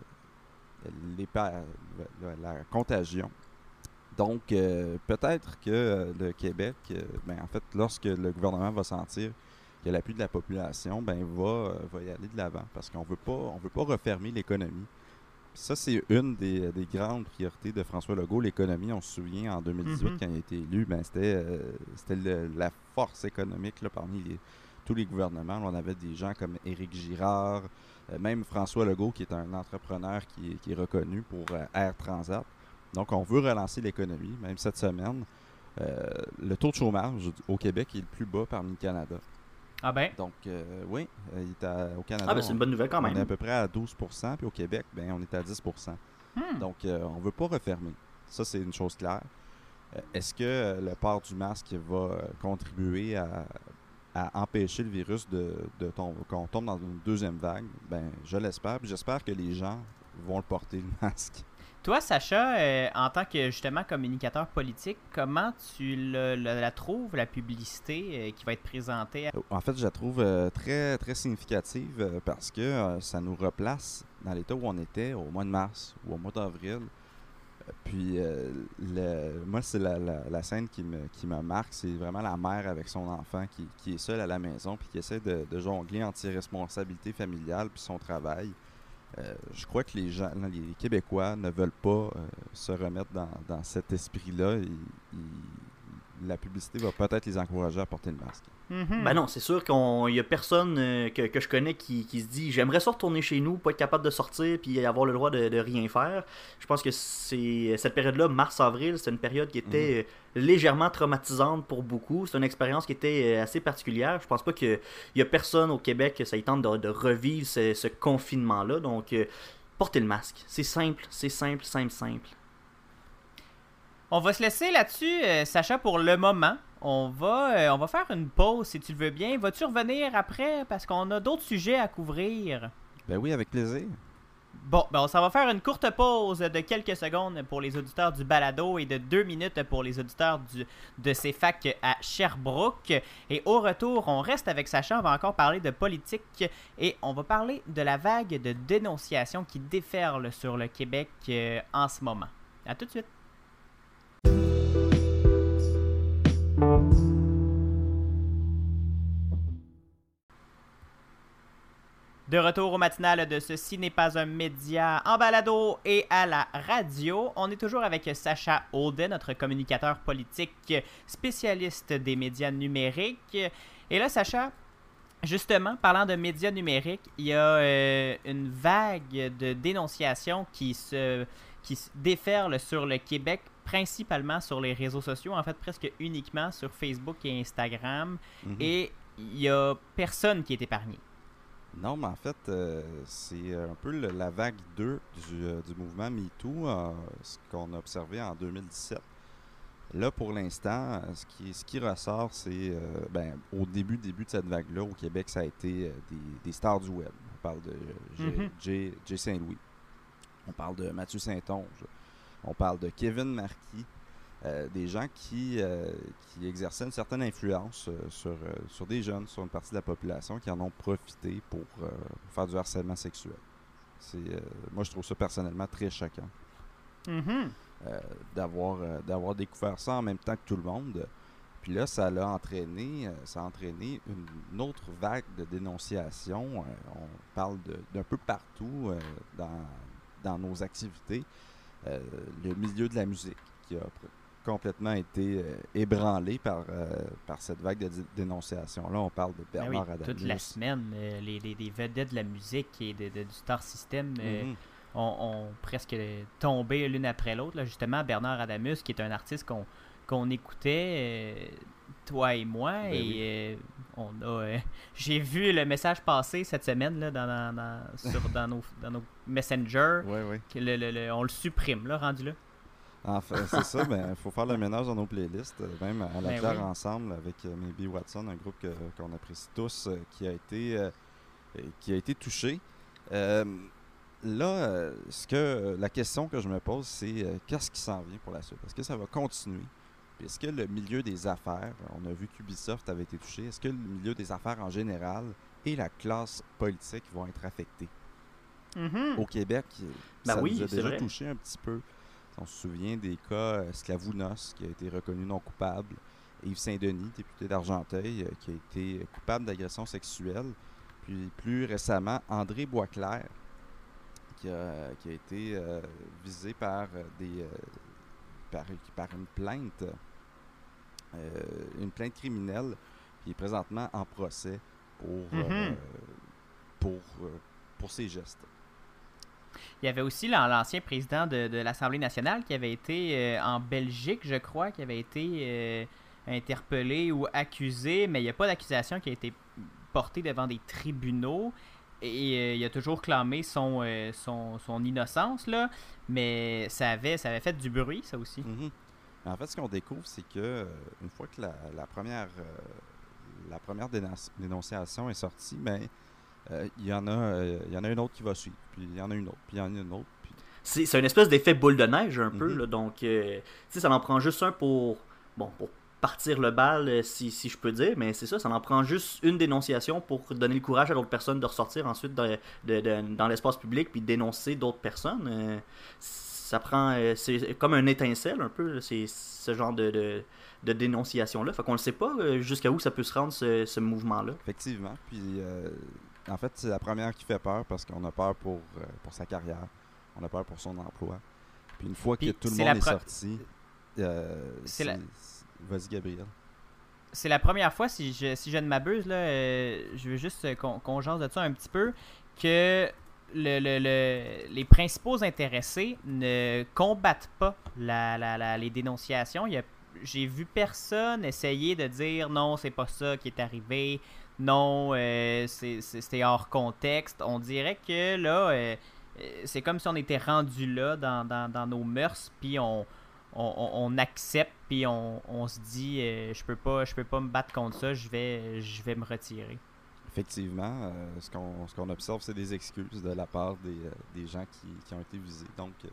les, la, la contagion. Donc, euh, peut-être que euh, le Québec, euh, ben, en fait, lorsque le gouvernement va sentir que l'appui de la population, ben, va, euh, va y aller de l'avant parce qu'on veut pas, on veut pas refermer l'économie. Ça, c'est une des, des grandes priorités de François Legault, l'économie. On se souvient, en deux mille dix-huit, mm-hmm. quand il a été élu, ben, c'était, euh, c'était le, la force économique là, parmi les, tous les gouvernements. Là, on avait des gens comme Éric Girard, euh, même François Legault, qui est un entrepreneur qui, qui est reconnu pour euh, Air Transat. Donc, on veut relancer l'économie, même cette semaine. Euh, le taux de chômage au Québec est le plus bas parmi le Canada. Ah ben? Donc, euh, oui, il est à, au Canada, ah ben, c'est une bonne nouvelle quand on, même. on est à peu près à douze pour cent, puis au Québec, ben, on est à dix pour cent. Hmm. Donc, euh, on ne veut pas refermer. Ça, c'est une chose claire. Euh, est-ce que euh, le port du masque va euh, contribuer à, à empêcher le virus de, de tomber, qu'on tombe dans une deuxième vague? Ben, je l'espère, puis j'espère que les gens vont le porter, le masque. Toi, Sacha, euh, en tant que justement communicateur politique, comment tu le, le, la trouves, la publicité euh, qui va être présentée? À... En fait, je la trouve euh, très, très significative euh, parce que euh, ça nous replace dans l'état où on était au mois de mars ou au mois d'avril. Euh, puis, euh, le, moi, c'est la, la, la scène qui me, qui me marque, c'est vraiment la mère avec son enfant qui, qui est seule à la maison puis qui essaie de, de jongler entre ses responsabilités familiales puis son travail. Euh, je crois que les gens, les Québécois ne veulent pas euh, se remettre dans, dans cet esprit-là. Et, et la publicité va peut-être les encourager à porter le masque. Mm-hmm. Ben non, c'est sûr qu'il n'y a personne euh, que, que je connais qui, qui se dit « J'aimerais ça retourner chez nous, pas être capable de sortir puis avoir le droit de, de rien faire. » Je pense que c'est cette période-là, mars-avril, c'est une période qui était mm-hmm. légèrement traumatisante pour beaucoup. C'est une expérience qui était assez particulière. Je pense pas qu'il y a personne au Québec que ça y tente de, de revivre ce, ce confinement-là. Donc, euh, portez le masque. C'est simple, c'est simple, simple, simple. On va se laisser là-dessus, euh, Sacha, pour le moment. On va, euh, on va faire une pause, si tu le veux bien. Vas-tu revenir après? Parce qu'on a d'autres sujets à couvrir. Ben oui, avec plaisir. Bon, ben on s'en va faire une courte pause de quelques secondes pour les auditeurs du balado et de deux minutes pour les auditeurs du, de C F A C à Sherbrooke. Et au retour, on reste avec Sacha, on va encore parler de politique et on va parler de la vague de dénonciation qui déferle sur le Québec euh, en ce moment. À tout de suite. De retour au matinal de Ceci n'est pas un média en balado et à la radio. On est toujours avec Sacha Audet, notre communicateur politique spécialiste des médias numériques. Et là, Sacha, justement, parlant de médias numériques, il y a euh, une vague de dénonciations qui se, qui se déferle sur le Québec, principalement sur les réseaux sociaux, en fait presque uniquement sur Facebook et Instagram. Mm-hmm. Et il n'y a personne qui est épargné. Non, mais en fait, euh, c'est un peu le, la vague deux du, euh, du mouvement MeToo, euh, ce qu'on a observé en deux mille dix-sept. Là, pour l'instant, ce qui, ce qui ressort, c'est, euh, ben, au début, début de cette vague-là, au Québec, ça a été euh, des, des stars du web. On parle de Jay, mm-hmm. Jay, Jay Saint-Louis, on parle de Mathieu Saint-Onge, on parle de Kevin Marquis, euh, des gens qui, euh, qui exerçaient une certaine influence euh, sur, euh, sur des jeunes, sur une partie de la population qui en ont profité pour, euh, pour faire du harcèlement sexuel. C'est, euh, moi, je trouve ça personnellement très choquant. Mm-hmm. Euh, d'avoir, euh, d'avoir découvert ça en même temps que tout le monde. Puis là, ça l'a entraîné, euh, ça a entraîné une, une autre vague de dénonciation. Euh, on parle de- d'un peu partout euh, dans, dans nos activités. Euh, le milieu de la musique qui a pr- complètement été euh, ébranlé par, euh, par cette vague de dé- dénonciation. Là, on parle de Ben oui, Bernard Adamus. toute la semaine, euh, les, les, les vedettes de la musique et de, de- du Star System euh, Mhm. ont, ont presque tombé l'une après l'autre. Là. Justement, Bernard Adamus, qui est un artiste qu'on qu'on écoutait, euh, toi et moi, Ben et oui. euh, on a, euh, j'ai vu le message passer cette semaine là, dans, dans, dans- sur, dans, nos, dans nos messengers, Oui, oui. que le- le- le- on le supprime, là, rendu là. Enfin, c'est ça, ben, il faut faire le ménage dans nos playlists, euh, même à la Ben Claire oui. ensemble avec euh, Maybe Watson, un groupe que- qu'on apprécie tous, euh, qui a été euh, euh, qui a été touché. Euh, là, euh, ce que la question que je me pose, c'est euh, qu'est-ce qui s'en vient pour la suite? Est-ce que ça va continuer? Puis est-ce que le milieu des affaires, on a vu qu'Ubisoft avait été touché, est-ce que le milieu des affaires en général et la classe politique vont être affectés? Mhm. Au Québec, Ben ça oui, nous a c'est déjà vrai. touché un petit peu. On se souvient des cas euh, Sclavounos, qui a été reconnu non coupable, Yves Saint-Denis, député d'Argenteuil, euh, qui a été coupable d'agression sexuelle, puis plus récemment, André Boisclair, qui a, qui a été euh, visé par, euh, des, euh, par, par une plainte, euh, une plainte criminelle, qui est présentement en procès pour, euh, Mhm. pour, euh, pour ses gestes. Il y avait aussi l'an- l'ancien président de, de l'Assemblée nationale qui avait été euh, en Belgique, je crois, qui avait été euh, interpellé ou accusé, mais il n'y a pas d'accusation qui a été portée devant des tribunaux. Et euh, il a toujours clamé son, euh, son, son innocence, là, mais ça avait, ça avait fait du bruit, ça aussi. Mhm. En fait, ce qu'on découvre, c'est que euh, une fois que la, la première, euh, la première dénonci- dénonciation est sortie, ben, euh, il y en a, euh, il y en a une autre qui va suivre, puis il y en a une autre, puis il y en a une autre. Puis... C'est c'est une espèce d'effet boule de neige un peu, Mhm. là, donc euh, tu sais, ça en prend juste un pour, bon, pour partir le bal, euh, si, si je peux dire, mais c'est ça, ça en prend juste une dénonciation pour donner le courage à d'autres personnes de ressortir ensuite de- de- de- dans l'espace public puis de dénoncer d'autres personnes. Euh, ça prend, euh, c'est comme un étincelle un peu, là, c'est ce genre de, de, de dénonciation-là. Fait qu'on ne sait pas euh, jusqu'à où ça peut se rendre ce, ce mouvement-là. Effectivement. Puis, euh, en fait, c'est la première qui fait peur parce qu'on a peur pour, euh, pour sa carrière, on a peur pour son emploi. Puis une fois Puis que tout le c'est monde la est pro- sorti, euh, C'est c'est... la- c'est- Vas-y, Gabriel. C'est la première fois, si je, si je ne m'abuse, là, euh, je veux juste euh, qu'on qu'on jase de ça un petit peu, que le, le- le- les principaux intéressés ne combattent pas la, la- la- les dénonciations. Il y a- J'ai vu personne essayer de dire non, c'est pas ça qui est arrivé, non, euh, c'est- c'est- c'était hors contexte. On dirait que là, euh, euh, c'est comme si on était rendu là dans, dans- dans nos mœurs, puis on, on, on- on accepte, puis on, on se dit euh, je peux pas je peux pas me battre contre ça, je vais je vais me retirer. Effectivement, euh, ce qu'on ce qu'on observe, c'est des excuses de la part des, euh, des gens qui, qui ont été visés. Donc, euh,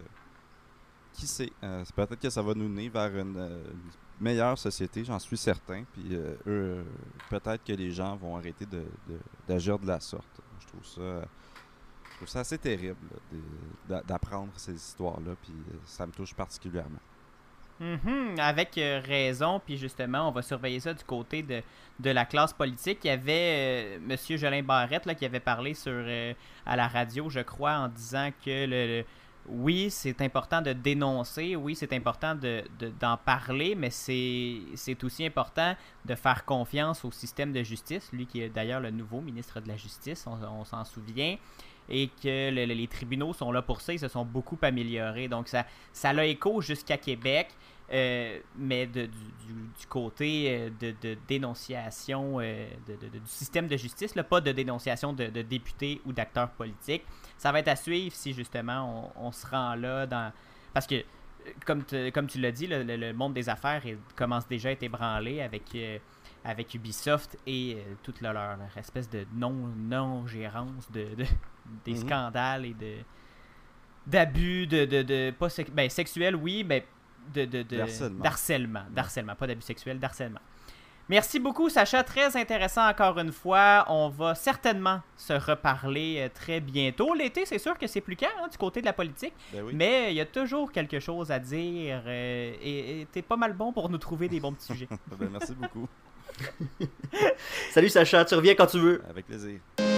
qui sait, euh, c'est peut-être que ça va nous mener vers une, euh, une meilleure société, j'en suis certain. Puis, euh, eux, euh, peut-être que les gens vont arrêter de, de- d'agir de la sorte. Je trouve ça, euh, je trouve ça assez terrible là, de- d'a- d'apprendre ces histoires-là. Puis, euh, ça me touche particulièrement. Mhm, avec euh, raison, puis justement, on va surveiller ça du côté de, de la classe politique. Il y avait euh, Monsieur Jolin Barrette là, qui avait parlé sur euh, à la radio, je crois, en disant que le, le- oui, c'est important de dénoncer, oui, c'est important de, de- d'en parler, mais c'est, c'est aussi important de faire confiance au système de justice, lui qui est d'ailleurs le nouveau ministre de la Justice, on, on s'en souvient, et que le- le- les tribunaux sont là pour ça, ils se sont beaucoup améliorés. Donc ça, ça l'a écho jusqu'à Québec. Euh, mais de, du, du, du côté euh, de, de dénonciation euh, de, de- de- du système de justice, là, pas de dénonciation de, de députés ou d'acteurs politiques. Ça va être à suivre si justement on, on se rend là dans... Parce que, euh, comme, te- comme tu l'as dit, le, le- le monde des affaires il commence déjà à être ébranlé avec, euh, avec Ubisoft et euh, toute leur, leur, leur espèce de non, non-gérance de, de- des Mhm. scandales et de d'abus de, de, de pas sex- ben, sexuels, oui, mais de, de, de- D'harcèlement. d'harcèlement, d'harcèlement, pas d'abus sexuels, d'harcèlement. Merci beaucoup, Sacha. Très intéressant encore une fois. On va certainement se reparler euh, très bientôt. L'été, c'est sûr que c'est plus calme hein, du côté de la politique, Ben oui. mais il y a toujours quelque chose à dire euh, et et t'es pas mal bon pour nous trouver des bons petits sujets. Ben, merci beaucoup. Salut Sacha, tu reviens quand tu veux. Avec plaisir.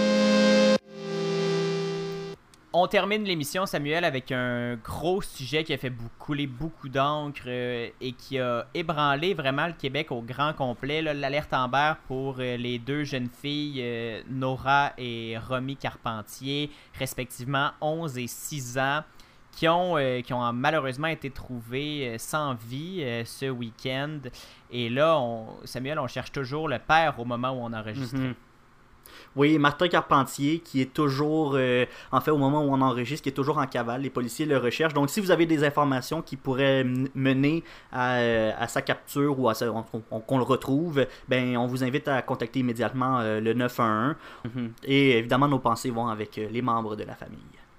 On termine l'émission, Samuel, avec un gros sujet qui a fait bou- couler beaucoup d'encre euh, et qui a ébranlé vraiment le Québec au grand complet. Là, l'alerte Amber pour euh, les deux jeunes filles, euh, Nora et Romy Carpentier, respectivement onze et six ans, qui ont, euh, qui ont malheureusement été trouvées euh, sans vie euh, ce week-end. Et là, on, Samuel, on cherche toujours le père au moment où on enregistre. Mhm. Oui, Martin Carpentier, qui est toujours, euh, en fait, au moment où on enregistre, qui est toujours en cavale. Les policiers le recherchent. Donc, si vous avez des informations qui pourraient m- mener à, euh, à sa capture ou à sa, on- on- qu'on le retrouve, ben, on vous invite à contacter immédiatement euh, le neuf un un. Mhm. Et évidemment, nos pensées vont avec euh, les membres de la famille.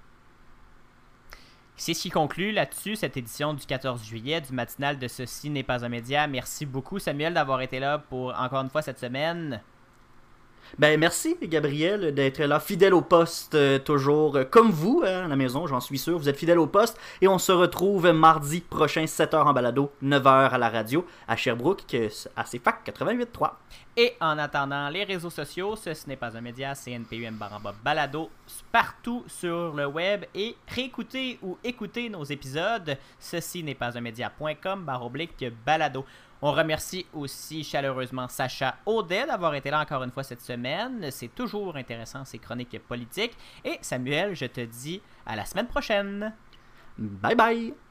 C'est ce qui conclut là-dessus cette édition du quatorze juillet du matinal de Ceci n'est pas un média. Merci beaucoup, Samuel, d'avoir été là pour encore une fois cette semaine. Ben merci Gabriel d'être là, fidèle au poste, euh, toujours euh, comme vous hein, à la maison, j'en suis sûr, vous êtes fidèle au poste et on se retrouve mardi prochain, sept heures en balado, neuf heures à la radio, à Sherbrooke, que- à C F A C quatre-vingt-huit trois. Et en attendant, les réseaux sociaux, ce, ce n'est pas un média, C N P U M baramba balado, partout sur le web et réécouter ou écouter nos épisodes, ceci n'est pas un média point com barre oblique balado. On remercie aussi chaleureusement Sacha Audet d'avoir été là encore une fois cette semaine. C'est toujours intéressant ces chroniques politiques. Et Samuel, je te dis à la semaine prochaine. Bye bye!